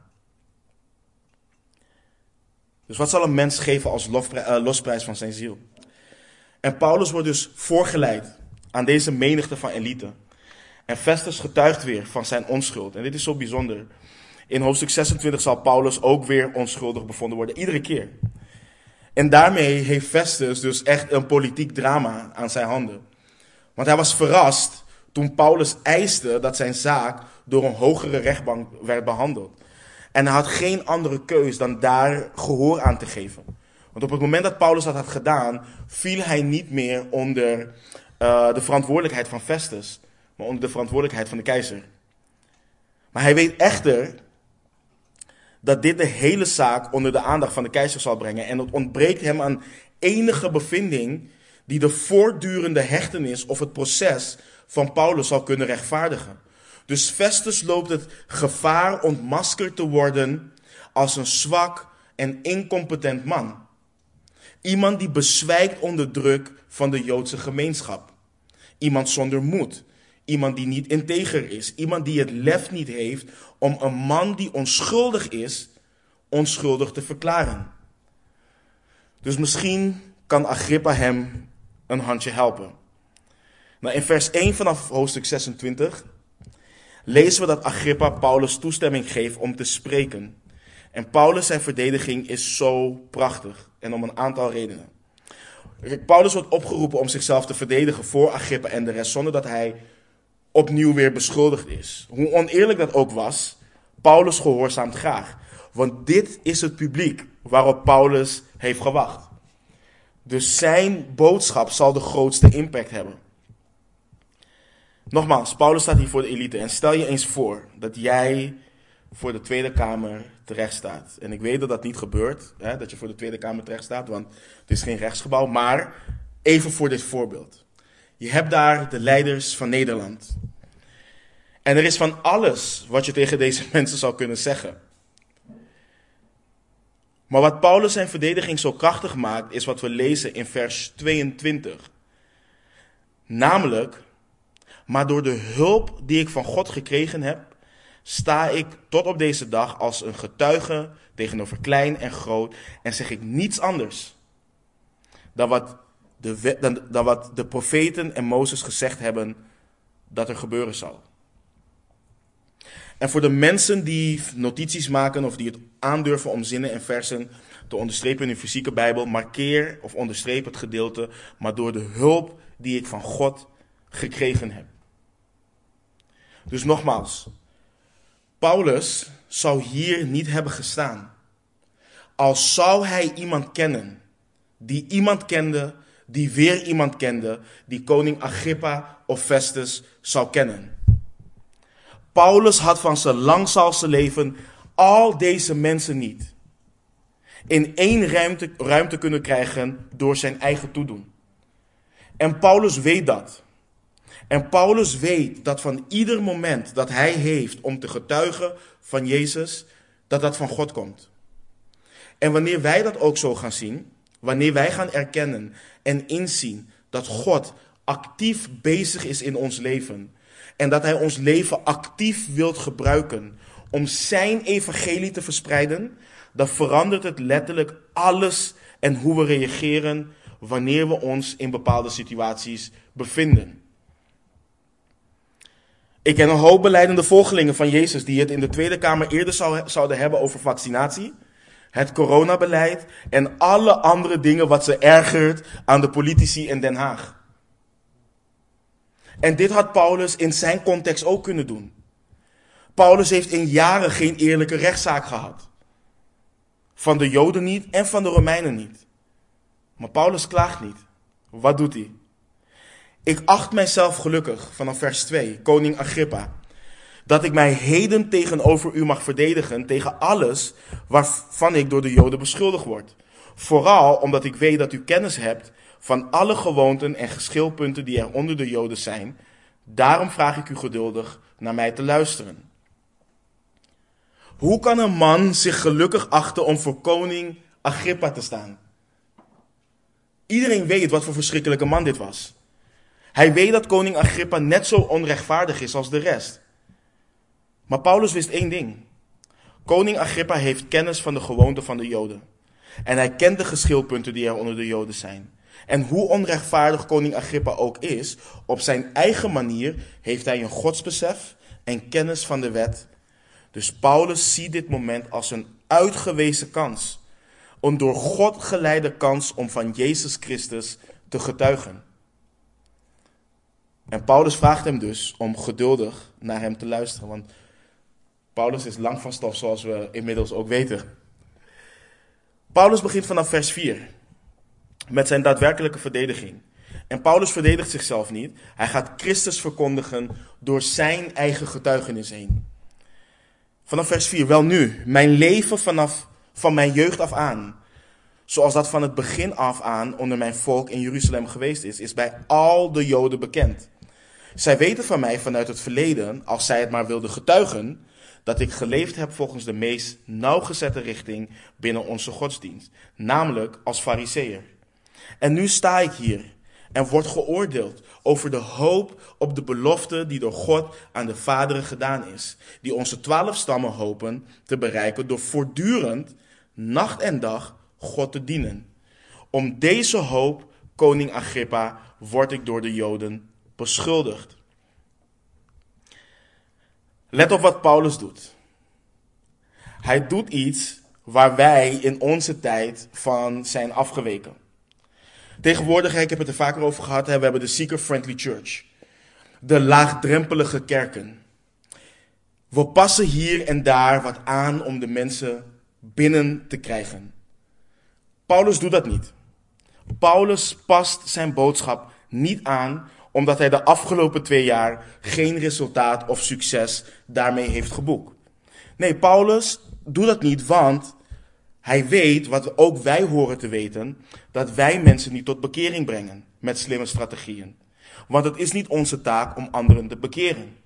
Dus wat zal een mens geven als lofprij- uh, losprijs van zijn ziel? En Paulus wordt dus voorgeleid aan deze menigte van elite. En Festus getuigt weer van zijn onschuld. En dit is zo bijzonder. In hoofdstuk zesentwintig zal Paulus ook weer onschuldig bevonden worden. Iedere keer. En daarmee heeft Festus dus echt een politiek drama aan zijn handen. Want hij was verrast toen Paulus eiste dat zijn zaak door een hogere rechtbank werd behandeld. En hij had geen andere keus dan daar gehoor aan te geven. Want op het moment dat Paulus dat had gedaan, viel hij niet meer onder uh, de verantwoordelijkheid van Festus, maar onder de verantwoordelijkheid van de keizer. Maar hij weet echter dat dit de hele zaak onder de aandacht van de keizer zal brengen. En het ontbreekt hem aan enige bevinding die de voortdurende hechtenis of het proces van Paulus zal kunnen rechtvaardigen. Dus Festus loopt het gevaar ontmaskerd te worden als een zwak en incompetent man. Iemand die bezwijkt onder druk van de Joodse gemeenschap. Iemand zonder moed. Iemand die niet integer is. Iemand die het lef niet heeft om een man die onschuldig is, onschuldig te verklaren. Dus misschien kan Agrippa hem een handje helpen. Nou, in vers één vanaf hoofdstuk zesentwintig lezen we dat Agrippa Paulus toestemming geeft om te spreken. En Paulus zijn verdediging is zo prachtig. En om een aantal redenen. Paulus wordt opgeroepen om zichzelf te verdedigen voor Agrippa en de rest, zonder dat hij opnieuw weer beschuldigd is. Hoe oneerlijk dat ook was, Paulus gehoorzaamt graag. Want dit is het publiek waarop Paulus heeft gewacht. Dus zijn boodschap zal de grootste impact hebben. Nogmaals, Paulus staat hier voor de elite. En stel je eens voor dat jij voor de Tweede Kamer terecht staat. En ik weet dat dat niet gebeurt, hè, dat je voor de Tweede Kamer terecht staat, want het is geen rechtsgebouw. Maar even voor dit voorbeeld. Je hebt daar de leiders van Nederland. En er is van alles wat je tegen deze mensen zou kunnen zeggen. Maar wat Paulus zijn verdediging zo krachtig maakt, is wat we lezen in vers tweeëntwintig. Namelijk, maar door de hulp die ik van God gekregen heb, sta ik tot op deze dag als een getuige tegenover klein en groot en zeg ik niets anders dan wat de, dan, dan wat de profeten en Mozes gezegd hebben dat er gebeuren zal. En voor de mensen die notities maken of die het aandurven om zinnen en versen te onderstrepen in hun fysieke Bijbel, markeer of onderstreep het gedeelte, maar door de hulp die ik van God gekregen heb. Dus nogmaals, Paulus zou hier niet hebben gestaan, als zou hij iemand kennen, die iemand kende, die weer iemand kende, die koning Agrippa of Festus zou kennen. Paulus had van zijn langzaalse leven al deze mensen niet in één ruimte, ruimte kunnen krijgen door zijn eigen toedoen. En Paulus weet dat. En Paulus weet dat van ieder moment dat hij heeft om te getuigen van Jezus, dat dat van God komt. En wanneer wij dat ook zo gaan zien, wanneer wij gaan erkennen en inzien dat God actief bezig is in ons leven en dat hij ons leven actief wilt gebruiken om zijn evangelie te verspreiden, dan verandert het letterlijk alles en hoe we reageren wanneer we ons in bepaalde situaties bevinden. Ik ken een hoop belijdende volgelingen van Jezus die het in de Tweede Kamer eerder zou, zouden hebben over vaccinatie, het coronabeleid en alle andere dingen wat ze ergert aan de politici in Den Haag. En dit had Paulus in zijn context ook kunnen doen. Paulus heeft in jaren geen eerlijke rechtszaak gehad. Van de Joden niet en van de Romeinen niet. Maar Paulus klaagt niet. Wat doet hij? Ik acht mijzelf gelukkig, vanaf vers twee, koning Agrippa, dat ik mij heden tegenover u mag verdedigen tegen alles waarvan ik door de Joden beschuldigd word. Vooral omdat ik weet dat u kennis hebt van alle gewoonten en geschilpunten die er onder de Joden zijn. Daarom vraag ik u geduldig naar mij te luisteren. Hoe kan een man zich gelukkig achten om voor koning Agrippa te staan? Iedereen weet wat voor verschrikkelijke man dit was. Hij weet dat koning Agrippa net zo onrechtvaardig is als de rest. Maar Paulus wist één ding. Koning Agrippa heeft kennis van de gewoonten van de Joden. En hij kent de geschilpunten die er onder de Joden zijn. En hoe onrechtvaardig koning Agrippa ook is, op zijn eigen manier heeft hij een godsbesef en kennis van de wet. Dus Paulus ziet dit moment als een uitgewezen kans. Een door God geleide kans om van Jezus Christus te getuigen. En Paulus vraagt hem dus om geduldig naar hem te luisteren. Want Paulus is lang van stof, zoals we inmiddels ook weten. Paulus begint vanaf vers vier. Met zijn daadwerkelijke verdediging. En Paulus verdedigt zichzelf niet. Hij gaat Christus verkondigen door zijn eigen getuigenis heen. Vanaf vers vier. Wel nu, mijn leven vanaf van mijn jeugd af aan, zoals dat van het begin af aan onder mijn volk in Jeruzalem geweest is, is bij al de Joden bekend. Zij weten van mij vanuit het verleden, als zij het maar wilden getuigen, dat ik geleefd heb volgens de meest nauwgezette richting binnen onze godsdienst, namelijk als Farizeeër. En nu sta ik hier en word geoordeeld over de hoop op de belofte die door God aan de vaderen gedaan is, die onze twaalf stammen hopen te bereiken door voortdurend, nacht en dag, God te dienen. Om deze hoop, koning Agrippa, word ik door de Joden beschuldigd. Let op wat Paulus doet. Hij doet iets waar wij in onze tijd van zijn afgeweken. Tegenwoordig, ik heb het er vaker over gehad, we hebben de seeker-friendly church. De laagdrempelige kerken. We passen hier en daar wat aan om de mensen binnen te krijgen. Paulus doet dat niet. Paulus past zijn boodschap niet aan omdat hij de afgelopen twee jaar geen resultaat of succes daarmee heeft geboekt. Nee, Paulus doet dat niet, want hij weet, wat ook wij horen te weten, dat wij mensen niet tot bekering brengen met slimme strategieën. Want het is niet onze taak om anderen te bekeren.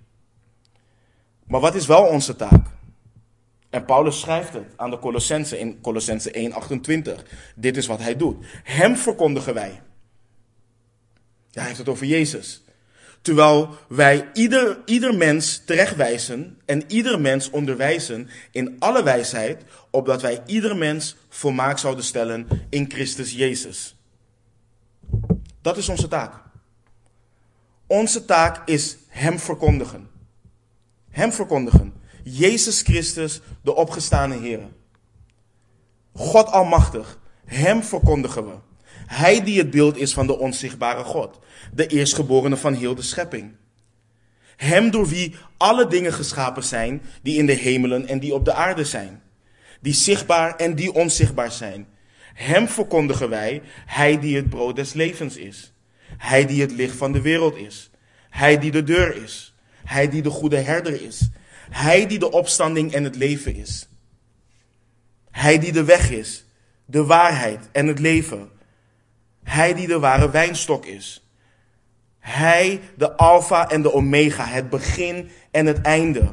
Maar wat is wel onze taak? En Paulus schrijft het aan de Colossenzen in Colossenzen één achtentwintig. Dit is wat hij doet. Hem verkondigen wij. Ja, hij heeft het over Jezus. Terwijl wij ieder, ieder mens terechtwijzen en ieder mens onderwijzen in alle wijsheid, opdat wij ieder mens volmaakt zouden stellen in Christus Jezus. Dat is onze taak. Onze taak is hem verkondigen. Hem verkondigen. Jezus Christus, de opgestane Heer. God Almachtig. Hem verkondigen we. Hij die het beeld is van de onzichtbare God. De eerstgeborene van heel de schepping. Hem door wie alle dingen geschapen zijn die in de hemelen en die op de aarde zijn. Die zichtbaar en die onzichtbaar zijn. Hem verkondigen wij, hij die het brood des levens is. Hij die het licht van de wereld is. Hij die de deur is. Hij die de goede herder is. Hij die de opstanding en het leven is. Hij die de weg is, de waarheid en het leven. Hij die de ware wijnstok is. Hij, de Alpha en de Omega, het begin en het einde.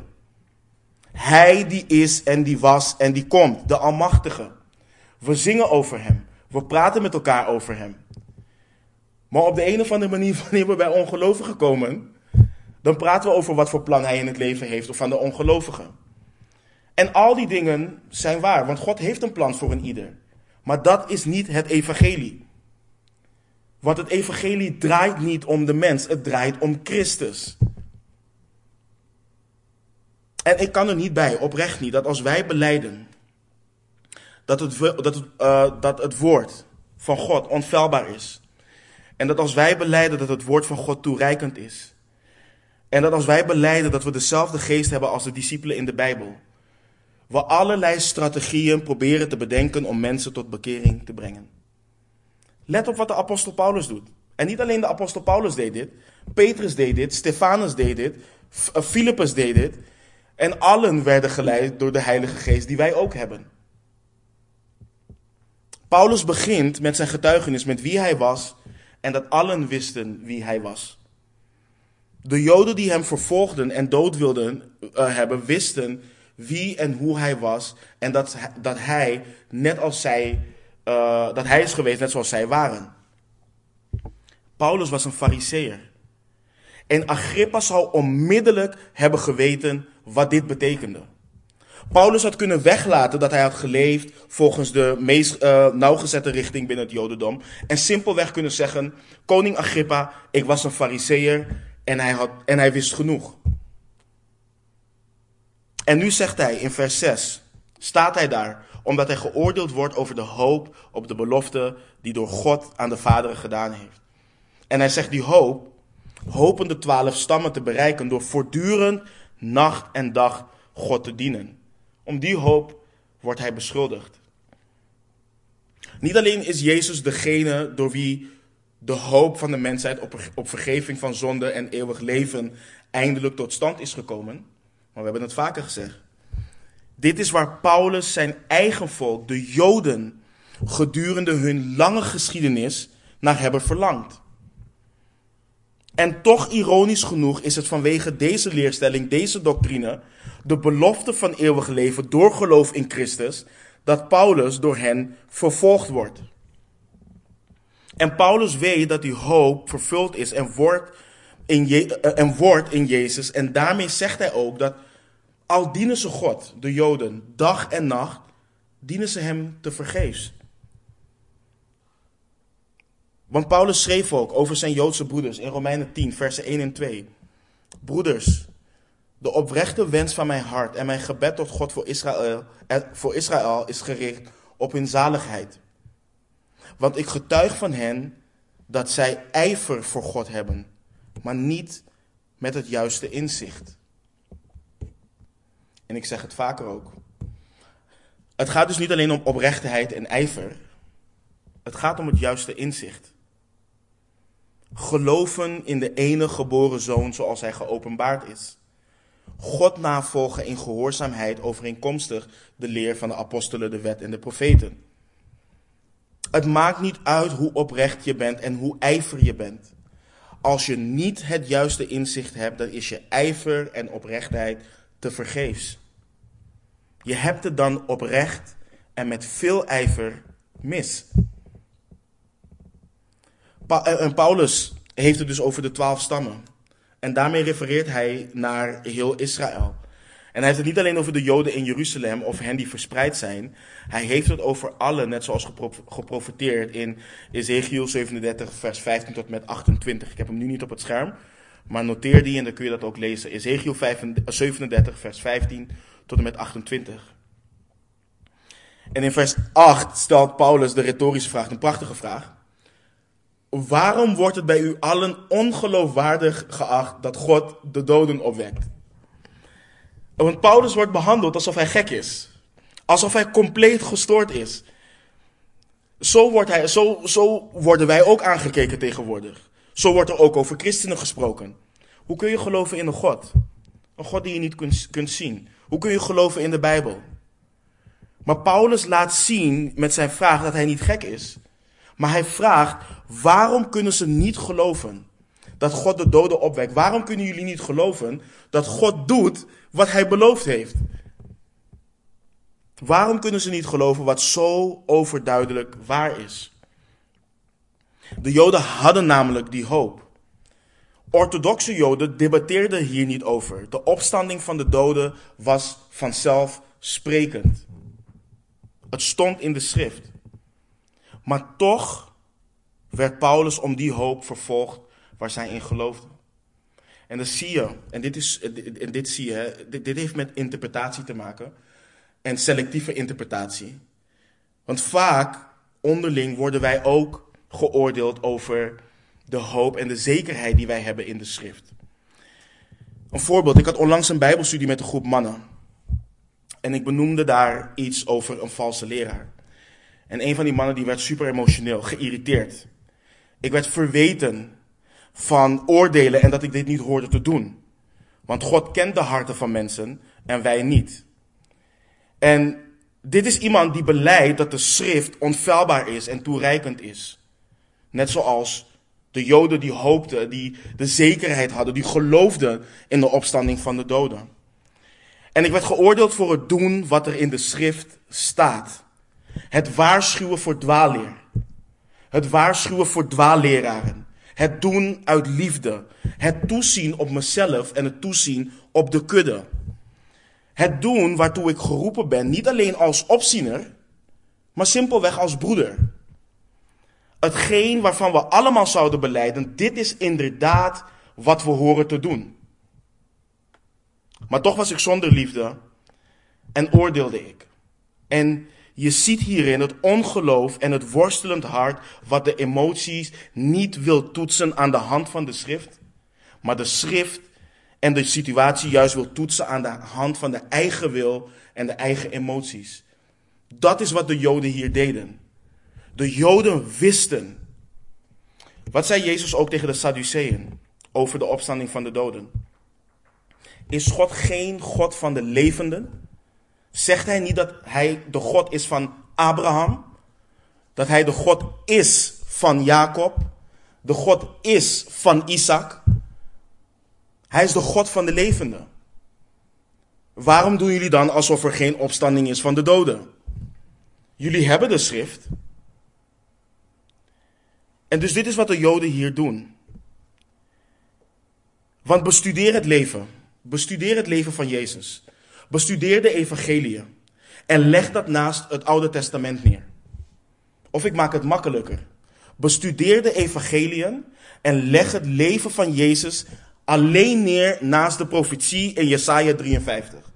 Hij die is en die was en die komt, de Almachtige. We zingen over hem. We praten met elkaar over hem. Maar op de een of andere manier, wanneer we bij ongelovigen komen, dan praten we over wat voor plan hij in het leven heeft of van de ongelovigen. En al die dingen zijn waar, want God heeft een plan voor een ieder. Maar dat is niet het evangelie. Want het evangelie draait niet om de mens, het draait om Christus. En ik kan er niet bij, oprecht niet, dat als wij belijden dat het, dat het, uh, dat het woord van God onfeilbaar is. En dat als wij belijden dat het woord van God toereikend is. En dat als wij belijden dat we dezelfde geest hebben als de discipelen in de Bijbel. We allerlei strategieën proberen te bedenken om mensen tot bekering te brengen. Let op wat de apostel Paulus doet. En niet alleen de apostel Paulus deed dit. Petrus deed dit, Stefanus deed dit, Filippus deed dit. En allen werden geleid door de Heilige Geest die wij ook hebben. Paulus begint met zijn getuigenis met wie hij was en dat allen wisten wie hij was. De Joden die hem vervolgden en dood wilden uh, hebben, wisten wie en hoe hij was. En dat, dat hij, net als zij, uh, dat hij is geweest net zoals zij waren. Paulus was een Farizeeër. En Agrippa zou onmiddellijk hebben geweten wat dit betekende. Paulus had kunnen weglaten dat hij had geleefd volgens de meest uh, nauwgezette richting binnen het Jodendom. En simpelweg kunnen zeggen, koning Agrippa, ik was een Farizeeër en hij, had, en hij wist genoeg. En nu zegt hij in vers zes, staat hij daar, omdat hij geoordeeld wordt over de hoop op de belofte die door God aan de vaderen gedaan heeft. En hij zegt die hoop, hopen de twaalf stammen te bereiken door voortdurend nacht en dag God te dienen. Om die hoop wordt hij beschuldigd. Niet alleen is Jezus degene door wie de hoop van de mensheid op, op vergeving van zonde en eeuwig leven eindelijk tot stand is gekomen. Maar we hebben het vaker gezegd. Dit is waar Paulus zijn eigen volk, de Joden, gedurende hun lange geschiedenis naar hebben verlangd. En toch ironisch genoeg is het vanwege deze leerstelling, deze doctrine, de belofte van eeuwig leven door geloof in Christus, dat Paulus door hen vervolgd wordt. En Paulus weet dat die hoop vervuld is en wordt in, Je- en wordt in Jezus. En daarmee zegt hij ook dat al dienen ze God, de Joden, dag en nacht, dienen ze hem tevergeefs. Want Paulus schreef ook over zijn Joodse broeders in Romeinen tien, versen één en twee. Broeders, de oprechte wens van mijn hart en mijn gebed tot God voor Israël, voor Israël is gericht op hun zaligheid. Want ik getuig van hen dat zij ijver voor God hebben, maar niet met het juiste inzicht. En ik zeg het vaker ook. Het gaat dus niet alleen om oprechtheid en ijver. Het gaat om het juiste inzicht. Geloven in de enige geboren zoon zoals hij geopenbaard is. God navolgen in gehoorzaamheid overeenkomstig de leer van de apostelen, de wet en de profeten. Het maakt niet uit hoe oprecht je bent en hoe ijver je bent. Als je niet het juiste inzicht hebt, dan is je ijver en oprechtheid tevergeefs. Je hebt het dan oprecht en met veel ijver mis. Pa- en Paulus heeft het dus over de twaalf stammen. En daarmee refereert hij naar heel Israël. En hij heeft het niet alleen over de Joden in Jeruzalem of hen die verspreid zijn. Hij heeft het over allen, net zoals gepro- geprofeteerd in Ezekiel zevenendertig, vers vijftien tot en met achtentwintig. Ik heb hem nu niet op het scherm, maar noteer die en dan kun je dat ook lezen. Ezekiel zevenendertig, vers vijftien tot en met achtentwintig. En in vers acht stelt Paulus de retorische vraag, een prachtige vraag. Waarom wordt het bij u allen ongeloofwaardig geacht dat God de doden opwekt? Want Paulus wordt behandeld alsof hij gek is. Alsof hij compleet gestoord is. Zo, wordt hij, zo, zo worden wij ook aangekeken tegenwoordig. Zo wordt er ook over christenen gesproken. Hoe kun je geloven in een God? Een God die je niet kunt, kunt zien. Hoe kun je geloven in de Bijbel? Maar Paulus laat zien met zijn vraag dat hij niet gek is. Maar hij vraagt, waarom kunnen ze niet geloven dat God de doden opwekt? Waarom kunnen jullie niet geloven dat God doet wat hij beloofd heeft? Waarom kunnen ze niet geloven wat zo overduidelijk waar is? De Joden hadden namelijk die hoop. Orthodoxe Joden debatteerden hier niet over. De opstanding van de doden was vanzelfsprekend. Het stond in de schrift. Maar toch werd Paulus om die hoop vervolgd waar zij in geloofden. En dan zie je, en dit, is, en dit zie je, dit, dit heeft met interpretatie te maken. En selectieve interpretatie. Want vaak, onderling, worden wij ook geoordeeld over de hoop en de zekerheid die wij hebben in de schrift. Een voorbeeld, ik had onlangs een bijbelstudie met een groep mannen. En ik benoemde daar iets over een valse leraar. En een van die mannen die werd super emotioneel, geïrriteerd. Ik werd verweten van oordelen en dat ik dit niet hoorde te doen. Want God kent de harten van mensen en wij niet. En dit is iemand die belijdt dat de schrift onfeilbaar is en toereikend is. Net zoals de Joden die hoopten, die de zekerheid hadden, die geloofden in de opstanding van de doden. En ik werd geoordeeld voor het doen wat er in de schrift staat. Het waarschuwen voor dwaalleer. Het waarschuwen voor dwaalleraren. Het doen uit liefde. Het toezien op mezelf en het toezien op de kudde. Het doen waartoe ik geroepen ben, niet alleen als opziener, maar simpelweg als broeder. Hetgeen waarvan we allemaal zouden belijden, dit is inderdaad wat we horen te doen. Maar toch was ik zonder liefde en oordeelde ik. En je ziet hierin het ongeloof en het worstelend hart wat de emoties niet wil toetsen aan de hand van de schrift, maar de schrift en de situatie juist wil toetsen aan de hand van de eigen wil en de eigen emoties. Dat is wat de Joden hier deden. De Joden wisten. Wat zei Jezus ook tegen de Sadduceeën over de opstanding van de doden? Is God geen God van de levenden? Zegt hij niet dat hij de God is van Abraham? Dat hij de God is van Jacob? De God is van Isaac? Hij is de God van de levenden. Waarom doen jullie dan alsof er geen opstanding is van de doden? Jullie hebben de schrift. En dus dit is wat de Joden hier doen. Want bestudeer het leven. Bestudeer het leven van Jezus. Bestudeer de evangeliën. En leg dat naast het Oude Testament neer. Of ik maak het makkelijker. Bestudeer de evangeliën en leg het leven van Jezus alleen neer naast de profetie in Jesaja drieënvijftig.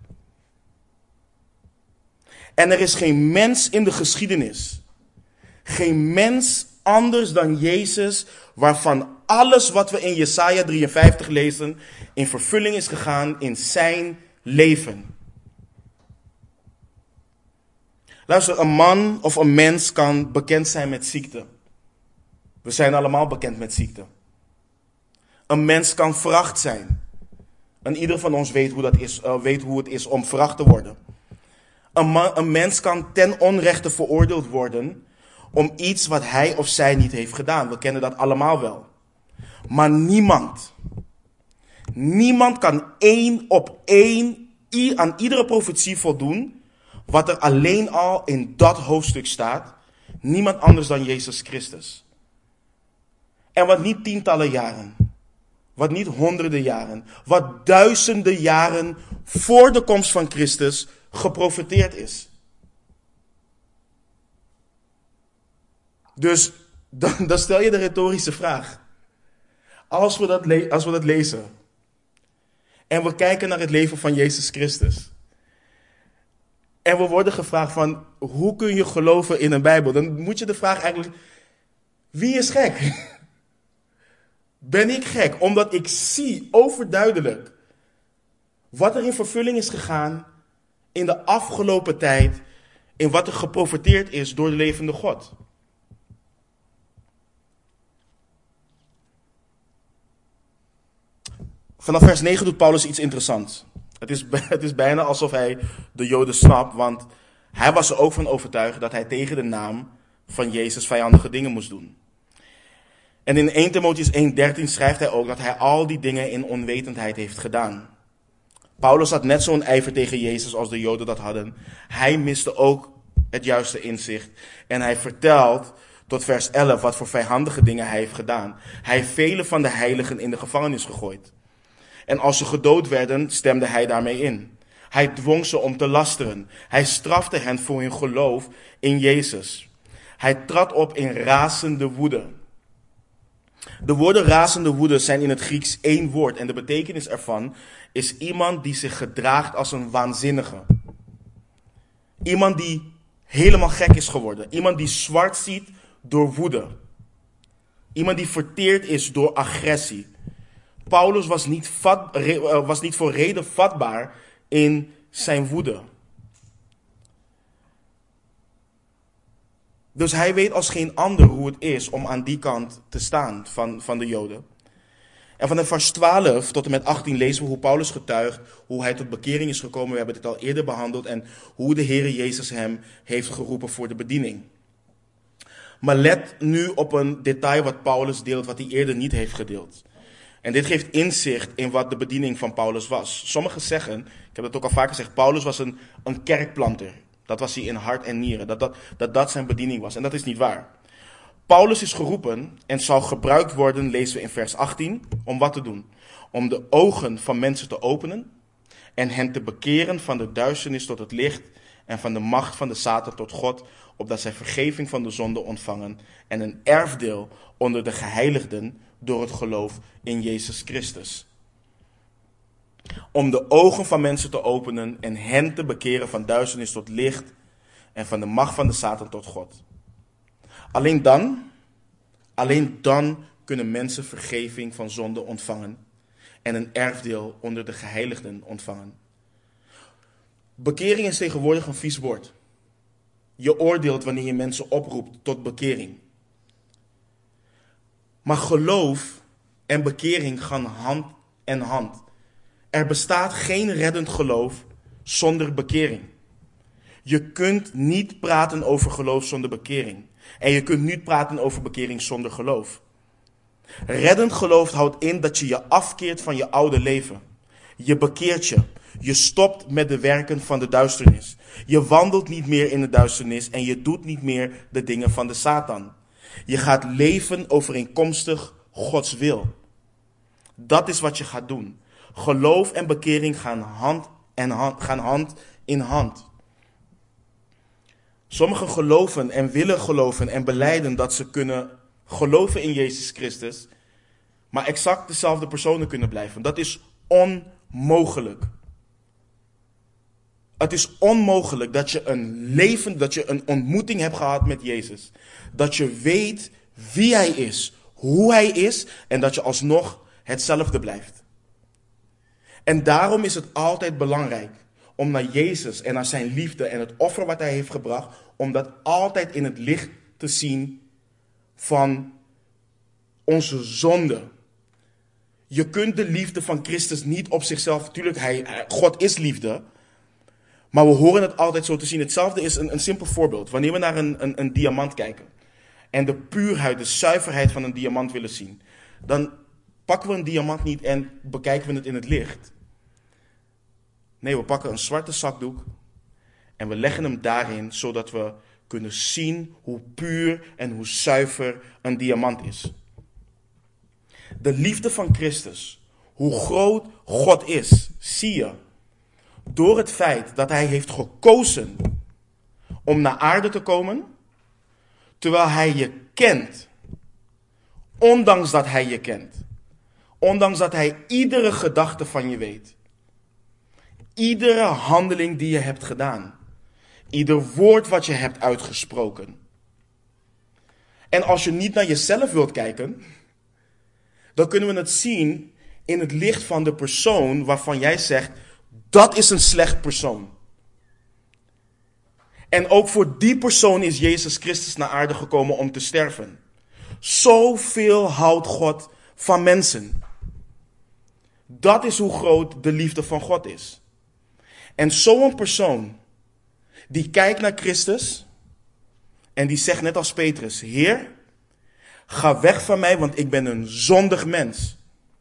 En er is geen mens in de geschiedenis, geen mens anders dan Jezus, waarvan alles wat we in Jesaja drieënvijftig lezen in vervulling is gegaan in zijn leven. Luister, een man of een mens kan bekend zijn met ziekte. We zijn allemaal bekend met ziekte. Een mens kan veracht zijn. En ieder van ons weet hoe, dat is, uh, weet hoe het is om veracht te worden. Een, man, een mens kan ten onrechte veroordeeld worden om iets wat hij of zij niet heeft gedaan. We kennen dat allemaal wel. Maar niemand, niemand kan één op één aan iedere profetie voldoen wat er alleen al in dat hoofdstuk staat. Niemand anders dan Jezus Christus. En wat niet tientallen jaren, wat niet honderden jaren, wat duizenden jaren voor de komst van Christus geprofeteerd is. Dus dan, dan stel je de retorische vraag. Als we, dat le- als we dat lezen en we kijken naar het leven van Jezus Christus en we worden gevraagd van hoe kun je geloven in een Bijbel, dan moet je de vraag eigenlijk, wie is gek? Ben ik gek? Omdat ik zie overduidelijk wat er in vervulling is gegaan in de afgelopen tijd, in wat er geprofeteerd is door de levende God. Vanaf vers negen doet Paulus iets interessants. Het is, het is bijna alsof hij de Joden snapt, want hij was er ook van overtuigd dat hij tegen de naam van Jezus vijandige dingen moest doen. En in eerste Timotheüs één dertien schrijft hij ook dat hij al die dingen in onwetendheid heeft gedaan. Paulus had net zo'n ijver tegen Jezus als de Joden dat hadden. Hij miste ook het juiste inzicht. En hij vertelt tot vers elf wat voor vijandige dingen hij heeft gedaan. Hij heeft vele van de heiligen in de gevangenis gegooid. En als ze gedood werden, stemde hij daarmee in. Hij dwong ze om te lasteren. Hij strafte hen voor hun geloof in Jezus. Hij trad op in razende woede. De woorden razende woede zijn in het Grieks één woord. En de betekenis ervan is iemand die zich gedraagt als een waanzinnige. Iemand die helemaal gek is geworden. Iemand die zwart ziet door woede. Iemand die verteerd is door agressie. Paulus was niet, vat, was niet voor reden vatbaar in zijn woede. Dus hij weet als geen ander hoe het is om aan die kant te staan van, van de Joden. En van de vers twaalf tot en met achttien lezen we hoe Paulus getuigt, hoe hij tot bekering is gekomen. We hebben dit al eerder behandeld en hoe de Heere Jezus hem heeft geroepen voor de bediening. Maar let nu op een detail wat Paulus deelt, wat hij eerder niet heeft gedeeld. En dit geeft inzicht in wat de bediening van Paulus was. Sommigen zeggen, ik heb dat ook al vaker gezegd, Paulus was een, een kerkplanter. Dat was hij in hart en nieren, dat dat, dat dat zijn bediening was. En dat is niet waar. Paulus is geroepen en zal gebruikt worden, lezen we in vers achttien, om wat te doen? Om de ogen van mensen te openen en hen te bekeren van de duisternis tot het licht en van de macht van de Satan tot God, opdat zij vergeving van de zonde ontvangen en een erfdeel onder de geheiligden door het geloof in Jezus Christus. Om de ogen van mensen te openen en hen te bekeren van duisternis tot licht en van de macht van de Satan tot God. Alleen dan, alleen dan kunnen mensen vergeving van zonde ontvangen en een erfdeel onder de geheiligden ontvangen. Bekering is tegenwoordig een vies woord. Je oordeelt wanneer je mensen oproept tot bekering. Maar geloof en bekering gaan hand in hand. Er bestaat geen reddend geloof zonder bekering. Je kunt niet praten over geloof zonder bekering. En je kunt niet praten over bekering zonder geloof. Reddend geloof houdt in dat je je afkeert van je oude leven. Je bekeert je. Je stopt met de werken van de duisternis. Je wandelt niet meer in de duisternis en je doet niet meer de dingen van de Satan. Je gaat leven overeenkomstig Gods wil. Dat is wat je gaat doen. Geloof en bekering gaan hand, en hand, gaan hand in hand. Sommigen geloven en willen geloven en belijden dat ze kunnen geloven in Jezus Christus, maar exact dezelfde personen kunnen blijven. Dat is onmogelijk. Het is onmogelijk dat je een leven, dat je een ontmoeting hebt gehad met Jezus. Dat je weet wie Hij is, hoe Hij is en dat je alsnog hetzelfde blijft. En daarom is het altijd belangrijk om naar Jezus en naar zijn liefde en het offer wat Hij heeft gebracht, om dat altijd in het licht te zien van onze zonde. Je kunt de liefde van Christus niet op zichzelf, natuurlijk, hij, God is liefde, maar we horen het altijd zo te zien. Hetzelfde is een, een simpel voorbeeld. Wanneer we naar een, een, een diamant kijken en de puurheid, de zuiverheid van een diamant willen zien, dan pakken we een diamant niet en bekijken we het in het licht. Nee, we pakken een zwarte zakdoek en we leggen hem daarin, zodat we kunnen zien hoe puur en hoe zuiver een diamant is. De liefde van Christus, hoe groot God is, zie je door het feit dat Hij heeft gekozen om naar aarde te komen, terwijl Hij je kent, ondanks dat Hij je kent, ondanks dat Hij iedere gedachte van je weet, iedere handeling die je hebt gedaan, ieder woord wat je hebt uitgesproken. En als je niet naar jezelf wilt kijken, dan kunnen we het zien in het licht van de persoon waarvan jij zegt, dat is een slecht persoon. En ook voor die persoon is Jezus Christus naar aarde gekomen om te sterven. Zoveel houdt God van mensen. Dat is hoe groot de liefde van God is. En zo'n persoon die kijkt naar Christus en die zegt net als Petrus, Heer, ga weg van mij, want ik ben een zondig mens.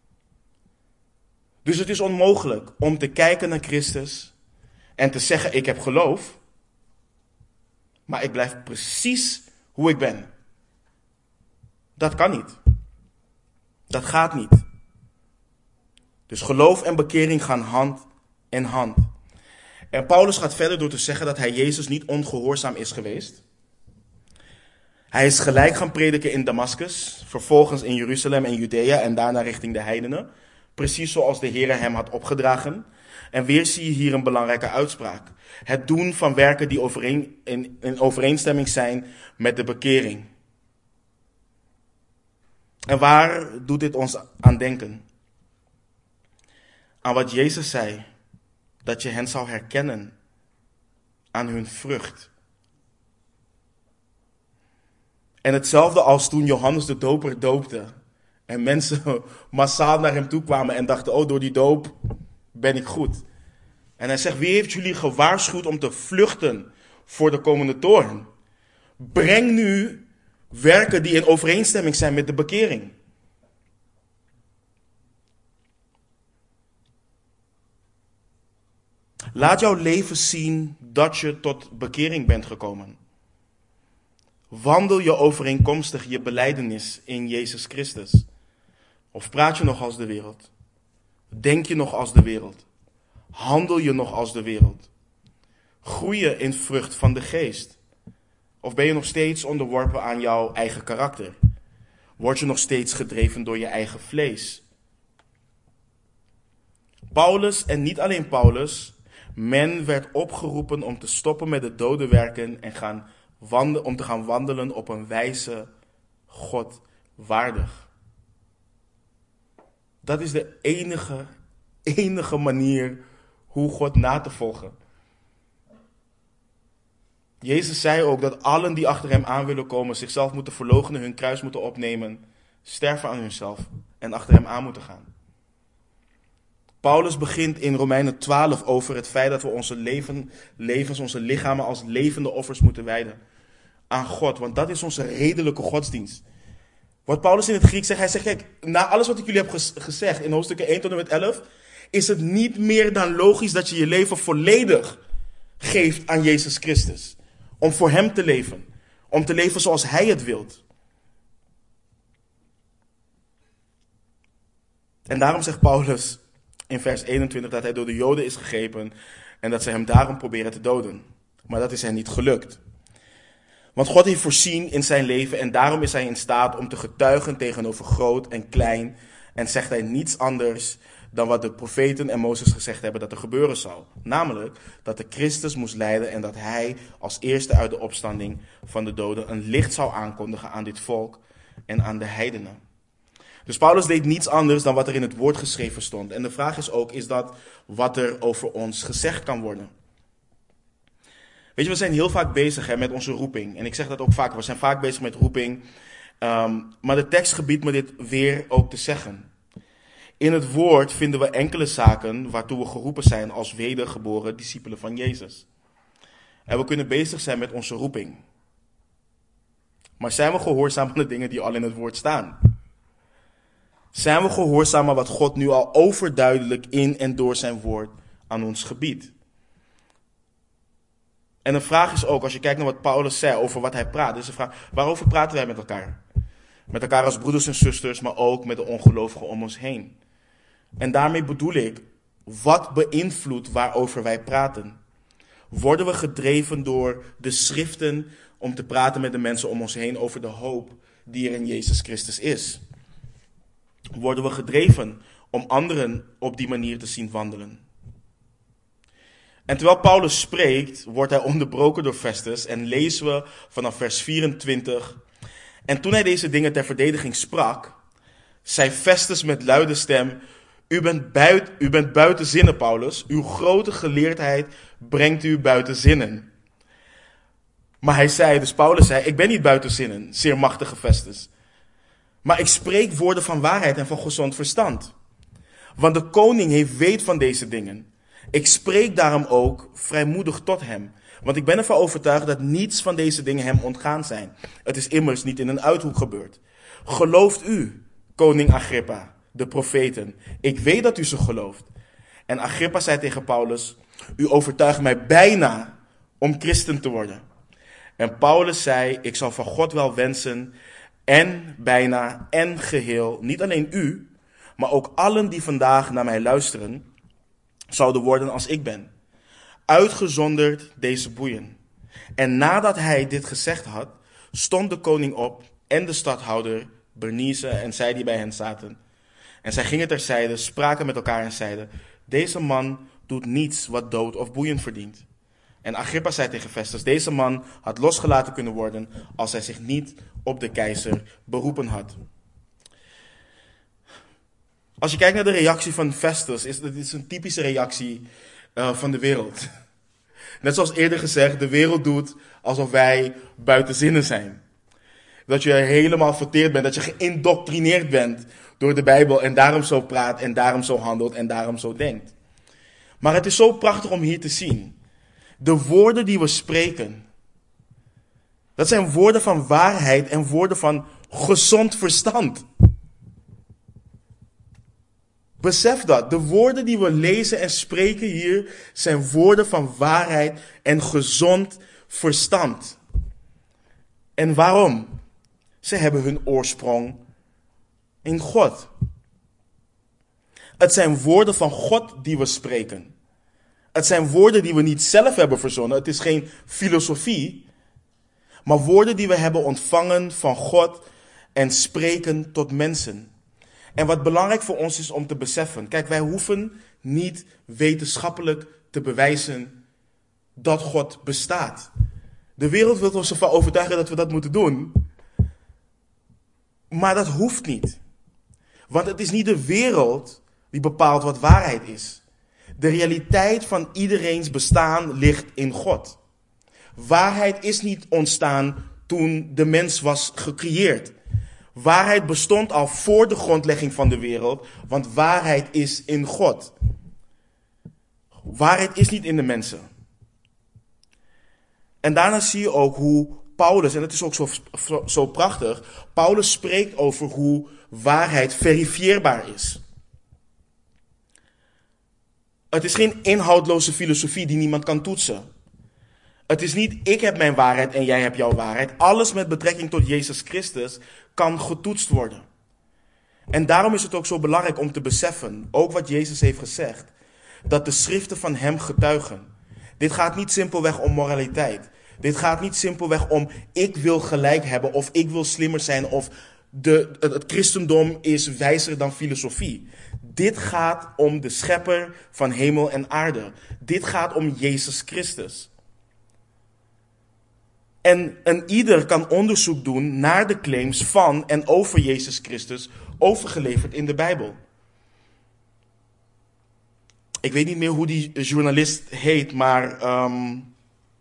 Dus het is onmogelijk om te kijken naar Christus en te zeggen, ik heb geloof, maar ik blijf precies hoe ik ben. Dat kan niet. Dat gaat niet. Dus geloof en bekering gaan hand in hand. En Paulus gaat verder door te zeggen dat hij Jezus niet ongehoorzaam is geweest. Hij is gelijk gaan prediken in Damascus, vervolgens in Jeruzalem en Judea en daarna richting de heidenen. Precies zoals de Heer hem had opgedragen. En weer zie je hier een belangrijke uitspraak. Het doen van werken die overeen, in, in overeenstemming zijn met de bekering. En waar doet dit ons aan denken? Aan wat Jezus zei, dat je hen zou herkennen aan hun vrucht. En hetzelfde als toen Johannes de Doper doopte. En mensen massaal naar hem toe kwamen en dachten, oh, door die doop ben ik goed. En hij zegt, wie heeft jullie gewaarschuwd om te vluchten voor de komende toorn? Breng nu werken die in overeenstemming zijn met de bekering. Laat jouw leven zien dat je tot bekering bent gekomen. Wandel je overeenkomstig je belijdenis in Jezus Christus. Of praat je nog als de wereld? Denk je nog als de wereld? Handel je nog als de wereld? Groei je in vrucht van de geest? Of ben je nog steeds onderworpen aan jouw eigen karakter? Word je nog steeds gedreven door je eigen vlees? Paulus, en niet alleen Paulus, men werd opgeroepen om te stoppen met de dode werken en gaan wandelen, om te gaan wandelen op een wijze God waardig. Dat is de enige, enige manier hoe God na te volgen. Jezus zei ook dat allen die achter hem aan willen komen zichzelf moeten verloochenen, hun kruis moeten opnemen, sterven aan hunzelf en achter hem aan moeten gaan. Paulus begint in Romeinen twaalf over het feit dat we onze leven, levens, onze lichamen als levende offers moeten wijden aan God. Want dat is onze redelijke godsdienst. Wat Paulus in het Grieks zegt, hij zegt, kijk, na alles wat ik jullie heb ges- gezegd in hoofdstukken één tot en met elf, is het niet meer dan logisch dat je je leven volledig geeft aan Jezus Christus. Om voor hem te leven. Om te leven zoals hij het wilt. En daarom zegt Paulus in vers eenentwintig dat hij door de Joden is gegrepen en dat ze hem daarom proberen te doden. Maar dat is hen niet gelukt. Want God heeft voorzien in zijn leven en daarom is hij in staat om te getuigen tegenover groot en klein. En zegt hij niets anders dan wat de profeten en Mozes gezegd hebben dat er gebeuren zou. Namelijk dat de Christus moest lijden en dat hij als eerste uit de opstanding van de doden een licht zou aankondigen aan dit volk en aan de heidenen. Dus Paulus deed niets anders dan wat er in het woord geschreven stond. En de vraag is ook, is dat wat er over ons gezegd kan worden? Weet je, we zijn heel vaak bezig hè, met onze roeping. En ik zeg dat ook vaak, we zijn vaak bezig met roeping. Um, maar de tekst gebiedt me dit weer ook te zeggen. In het woord vinden we enkele zaken waartoe we geroepen zijn als wedergeboren discipelen van Jezus. En we kunnen bezig zijn met onze roeping. Maar zijn we gehoorzaam aan de dingen die al in het woord staan? Zijn we gehoorzaam aan wat God nu al overduidelijk in en door zijn woord aan ons gebiedt? En een vraag is ook, als je kijkt naar wat Paulus zei over wat hij praat, is de vraag, waarover praten wij met elkaar? Met elkaar als broeders en zusters, maar ook met de ongelovigen om ons heen. En daarmee bedoel ik, wat beïnvloedt waarover wij praten? Worden we gedreven door de schriften om te praten met de mensen om ons heen over de hoop die er in Jezus Christus is? Worden we gedreven om anderen op die manier te zien wandelen? En terwijl Paulus spreekt, wordt hij onderbroken door Festus en lezen we vanaf vers vierentwintig. En toen hij deze dingen ter verdediging sprak, zei Festus met luide stem, u bent, buit, u bent buiten zinnen, Paulus. Uw grote geleerdheid brengt u buiten zinnen. Maar hij zei, dus Paulus zei, ik ben niet buiten zinnen, zeer machtige Festus. Maar ik spreek woorden van waarheid en van gezond verstand. Want de koning heeft weet van deze dingen. Ik spreek daarom ook vrijmoedig tot hem. Want ik ben ervan overtuigd dat niets van deze dingen hem ontgaan zijn. Het is immers niet in een uithoek gebeurd. Gelooft u, koning Agrippa, de profeten? Ik weet dat u ze gelooft. En Agrippa zei tegen Paulus, u overtuigt mij bijna om christen te worden. En Paulus zei, ik zal van God wel wensen en bijna en geheel, niet alleen u, maar ook allen die vandaag naar mij luisteren, zouden worden als ik ben. Uitgezonderd deze boeien. En nadat hij dit gezegd had, stond de koning op en de stadhouder Bernice en zij die bij hen zaten. En zij gingen terzijde, spraken met elkaar en zeiden, deze man doet niets wat dood of boeien verdient. En Agrippa zei tegen Festus, deze man had losgelaten kunnen worden als hij zich niet op de keizer beroepen had. Als je kijkt naar de reactie van Festus, is het is een typische reactie uh, van de wereld. Net zoals eerder gezegd, de wereld doet alsof wij buiten zinnen zijn. Dat je helemaal verteerd bent, dat je geïndoctrineerd bent door de Bijbel en daarom zo praat en daarom zo handelt en daarom zo denkt. Maar het is zo prachtig om hier te zien. De woorden die we spreken, dat zijn woorden van waarheid en woorden van gezond verstand. Besef dat. De woorden die we lezen en spreken hier zijn woorden van waarheid en gezond verstand. En waarom? Ze hebben hun oorsprong in God. Het zijn woorden van God die we spreken. Het zijn woorden die we niet zelf hebben verzonnen. Het is geen filosofie. Maar woorden die we hebben ontvangen van God en spreken tot mensen. En wat belangrijk voor ons is om te beseffen. Kijk, wij hoeven niet wetenschappelijk te bewijzen dat God bestaat. De wereld wil ons ervan overtuigen dat we dat moeten doen. Maar dat hoeft niet. Want het is niet de wereld die bepaalt wat waarheid is. De realiteit van iedereen's bestaan ligt in God. Waarheid is niet ontstaan toen de mens was gecreëerd. Waarheid bestond al voor de grondlegging van de wereld, want waarheid is in God. Waarheid is niet in de mensen. En daarna zie je ook hoe Paulus, en het is ook zo, zo, zo prachtig, Paulus spreekt over hoe waarheid verifieerbaar is. Het is geen inhoudloze filosofie die niemand kan toetsen. Het is niet ik heb mijn waarheid en jij hebt jouw waarheid. Alles met betrekking tot Jezus Christus kan getoetst worden. En daarom is het ook zo belangrijk om te beseffen, ook wat Jezus heeft gezegd, dat de schriften van hem getuigen. Dit gaat niet simpelweg om moraliteit. Dit gaat niet simpelweg om ik wil gelijk hebben of ik wil slimmer zijn of de, het, het christendom is wijzer dan filosofie. Dit gaat om de schepper van hemel en aarde. Dit gaat om Jezus Christus. En een ieder kan onderzoek doen naar de claims van en over Jezus Christus, overgeleverd in de Bijbel. Ik weet niet meer hoe die journalist heet, maar um,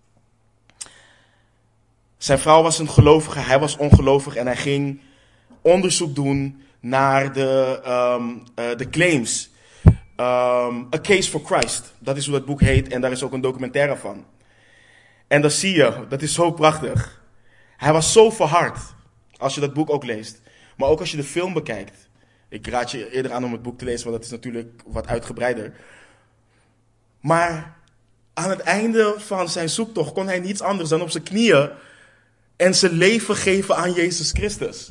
zijn vrouw was een gelovige, hij was ongelovig en hij ging onderzoek doen naar de, um, uh, de claims. Um, A Case for Christ, dat is hoe dat boek heet en daar is ook een documentaire van. En dan zie je, dat is zo prachtig. Hij was zo verhard, als je dat boek ook leest. Maar ook als je de film bekijkt. Ik raad je eerder aan om het boek te lezen, want dat is natuurlijk wat uitgebreider. Maar aan het einde van zijn zoektocht kon hij niets anders dan op zijn knieën en zijn leven geven aan Jezus Christus.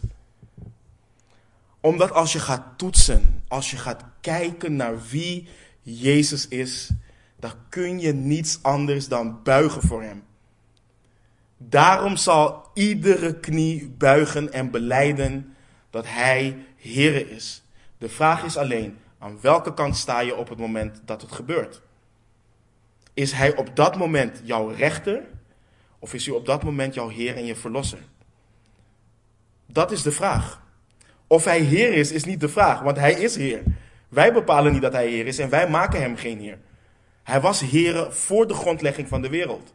Omdat als je gaat toetsen, als je gaat kijken naar wie Jezus is, dan kun je niets anders dan buigen voor hem. Daarom zal iedere knie buigen en belijden dat hij Heere is. De vraag is alleen, aan welke kant sta je op het moment dat het gebeurt? Is hij op dat moment jouw rechter? Of is hij op dat moment jouw Heer en je verlosser? Dat is de vraag. Of hij Heer is, is niet de vraag, want hij is Heer. Wij bepalen niet dat hij Heer is en wij maken hem geen Heer. Hij was Heer voor de grondlegging van de wereld.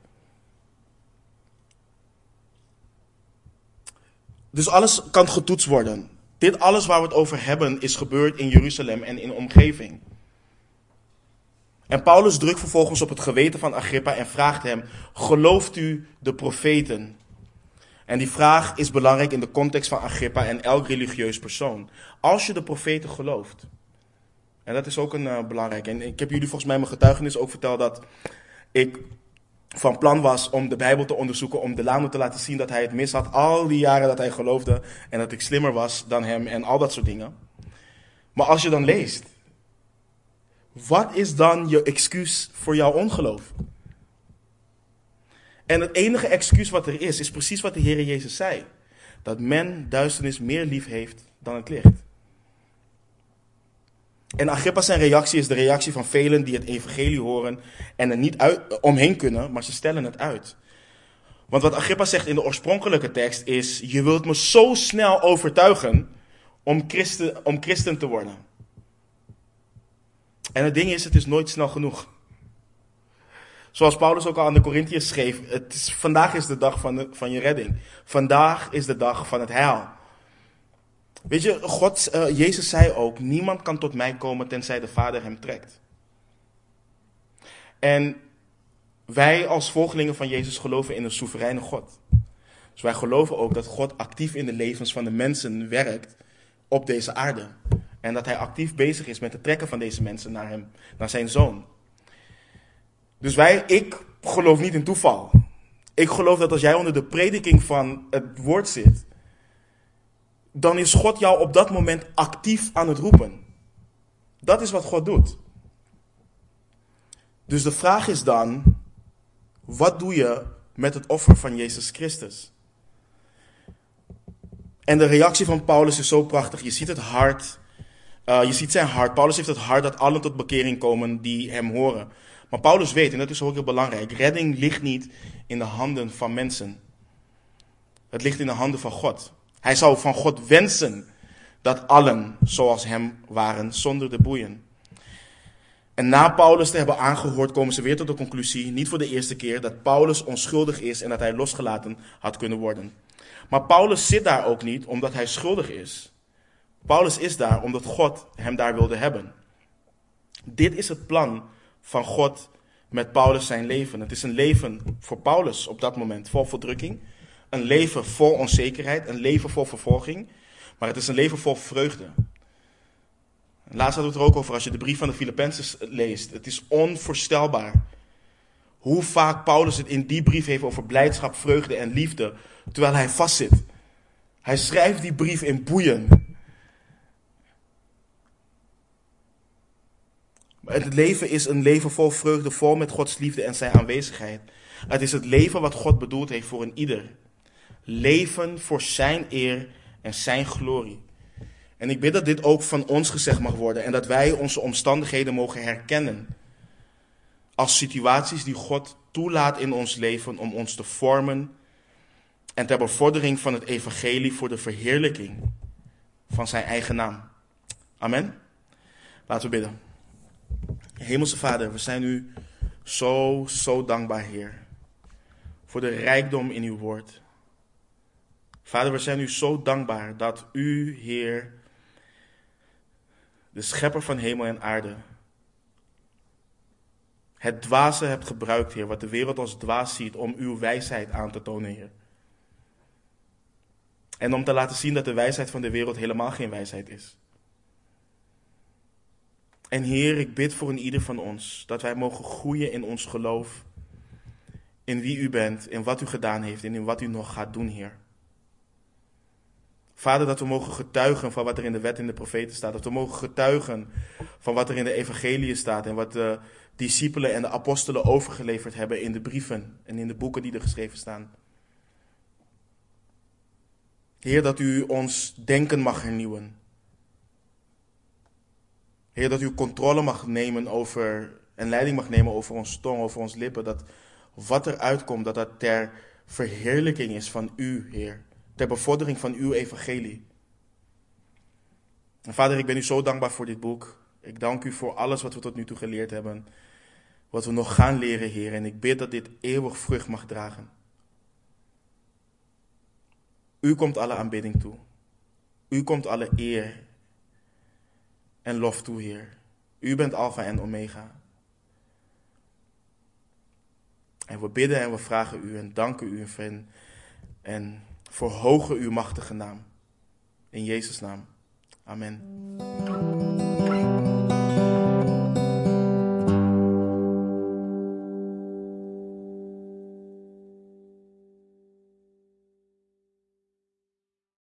Dus alles kan getoetst worden. Dit alles waar we het over hebben is gebeurd in Jeruzalem en in de omgeving. En Paulus drukt vervolgens op het geweten van Agrippa en vraagt hem, gelooft u de profeten? En die vraag is belangrijk in de context van Agrippa en elk religieus persoon. Als je de profeten gelooft. En dat is ook een uh, belangrijk. En ik heb jullie volgens mij mijn getuigenis ook verteld dat ik van plan was om de Bijbel te onderzoeken, om Delano te laten zien dat hij het mis had. Al die jaren dat hij geloofde en dat ik slimmer was dan hem en al dat soort dingen. Maar als je dan leest, wat is dan je excuus voor jouw ongeloof? En het enige excuus wat er is, is precies wat de Heer Jezus zei. Dat men duisternis meer lief heeft dan het licht. En Agrippa zijn reactie is de reactie van velen die het evangelie horen en er niet uit, omheen kunnen, maar ze stellen het uit. Want wat Agrippa zegt in de oorspronkelijke tekst is, je wilt me zo snel overtuigen om christen, om christen te worden. En het ding is, het is nooit snel genoeg. Zoals Paulus ook al aan de Corinthiërs schreef, het is, vandaag is de dag van, de, van je redding. Vandaag is de dag van het heil. Weet je, God, uh, Jezus zei ook, niemand kan tot mij komen tenzij de Vader hem trekt. En wij als volgelingen van Jezus geloven in een soevereine God. Dus wij geloven ook dat God actief in de levens van de mensen werkt op deze aarde. En dat hij actief bezig is met het trekken van deze mensen naar hem, naar zijn zoon. Dus wij, ik geloof niet in toeval. Ik geloof dat als jij onder de prediking van het woord zit, dan is God jou op dat moment actief aan het roepen. Dat is wat God doet. Dus de vraag is dan, wat doe je met het offer van Jezus Christus? En de reactie van Paulus is zo prachtig. Je ziet het hart, uh, je ziet zijn hart. Paulus heeft het hart dat allen tot bekering komen die hem horen. Maar Paulus weet, en dat is ook heel belangrijk, redding ligt niet in de handen van mensen. Het ligt in de handen van God. Hij zou van God wensen dat allen zoals hem waren, zonder de boeien. En na Paulus te hebben aangehoord, komen ze weer tot de conclusie, niet voor de eerste keer, dat Paulus onschuldig is en dat hij losgelaten had kunnen worden. Maar Paulus zit daar ook niet omdat hij schuldig is. Paulus is daar omdat God hem daar wilde hebben. Dit is het plan van God met Paulus zijn leven. Het is een leven voor Paulus op dat moment vol verdrukking. Een leven vol onzekerheid, een leven vol vervolging. Maar het is een leven vol vreugde. Laatst hadden we het er ook over als je de brief van de Filippenzen leest. Het is onvoorstelbaar hoe vaak Paulus het in die brief heeft over blijdschap, vreugde en liefde, terwijl hij vastzit. Hij schrijft die brief in boeien. Het leven is een leven vol vreugde, vol met Gods liefde en zijn aanwezigheid. Het is het leven wat God bedoeld heeft voor een ieder. Leven voor zijn eer en zijn glorie. En ik bid dat dit ook van ons gezegd mag worden en dat wij onze omstandigheden mogen herkennen als situaties die God toelaat in ons leven om ons te vormen en ter bevordering van het evangelie voor de verheerlijking van zijn eigen naam. Amen. Laten we bidden. Hemelse Vader, we zijn u zo, zo dankbaar, Heer, voor de rijkdom in uw woord. Vader, we zijn u zo dankbaar dat u, Heer, de schepper van hemel en aarde, het dwaze hebt gebruikt, Heer, wat de wereld als dwaas ziet, om uw wijsheid aan te tonen, Heer. En om te laten zien dat de wijsheid van de wereld helemaal geen wijsheid is. En Heer, ik bid voor een ieder van ons, dat wij mogen groeien in ons geloof, in wie u bent, in wat u gedaan heeft en in wat u nog gaat doen, Heer. Vader, dat we mogen getuigen van wat er in de wet en de profeten staat. Dat we mogen getuigen van wat er in de evangeliën staat en wat de discipelen en de apostelen overgeleverd hebben in de brieven en in de boeken die er geschreven staan. Heer, dat u ons denken mag hernieuwen. Heer, dat u controle mag nemen over en leiding mag nemen over ons tong, over ons lippen. Dat wat er uitkomt, dat dat ter verheerlijking is van u, Heer. Ter bevordering van uw evangelie. En Vader, ik ben u zo dankbaar voor dit boek. Ik dank u voor alles wat we tot nu toe geleerd hebben. Wat we nog gaan leren, Heer. En ik bid dat dit eeuwig vrucht mag dragen. U komt alle aanbidding toe. U komt alle eer en lof toe, Heer. U bent Alpha en Omega. En we bidden en we vragen u en danken u en, en verhogen uw machtige naam. In Jezus' naam. Amen.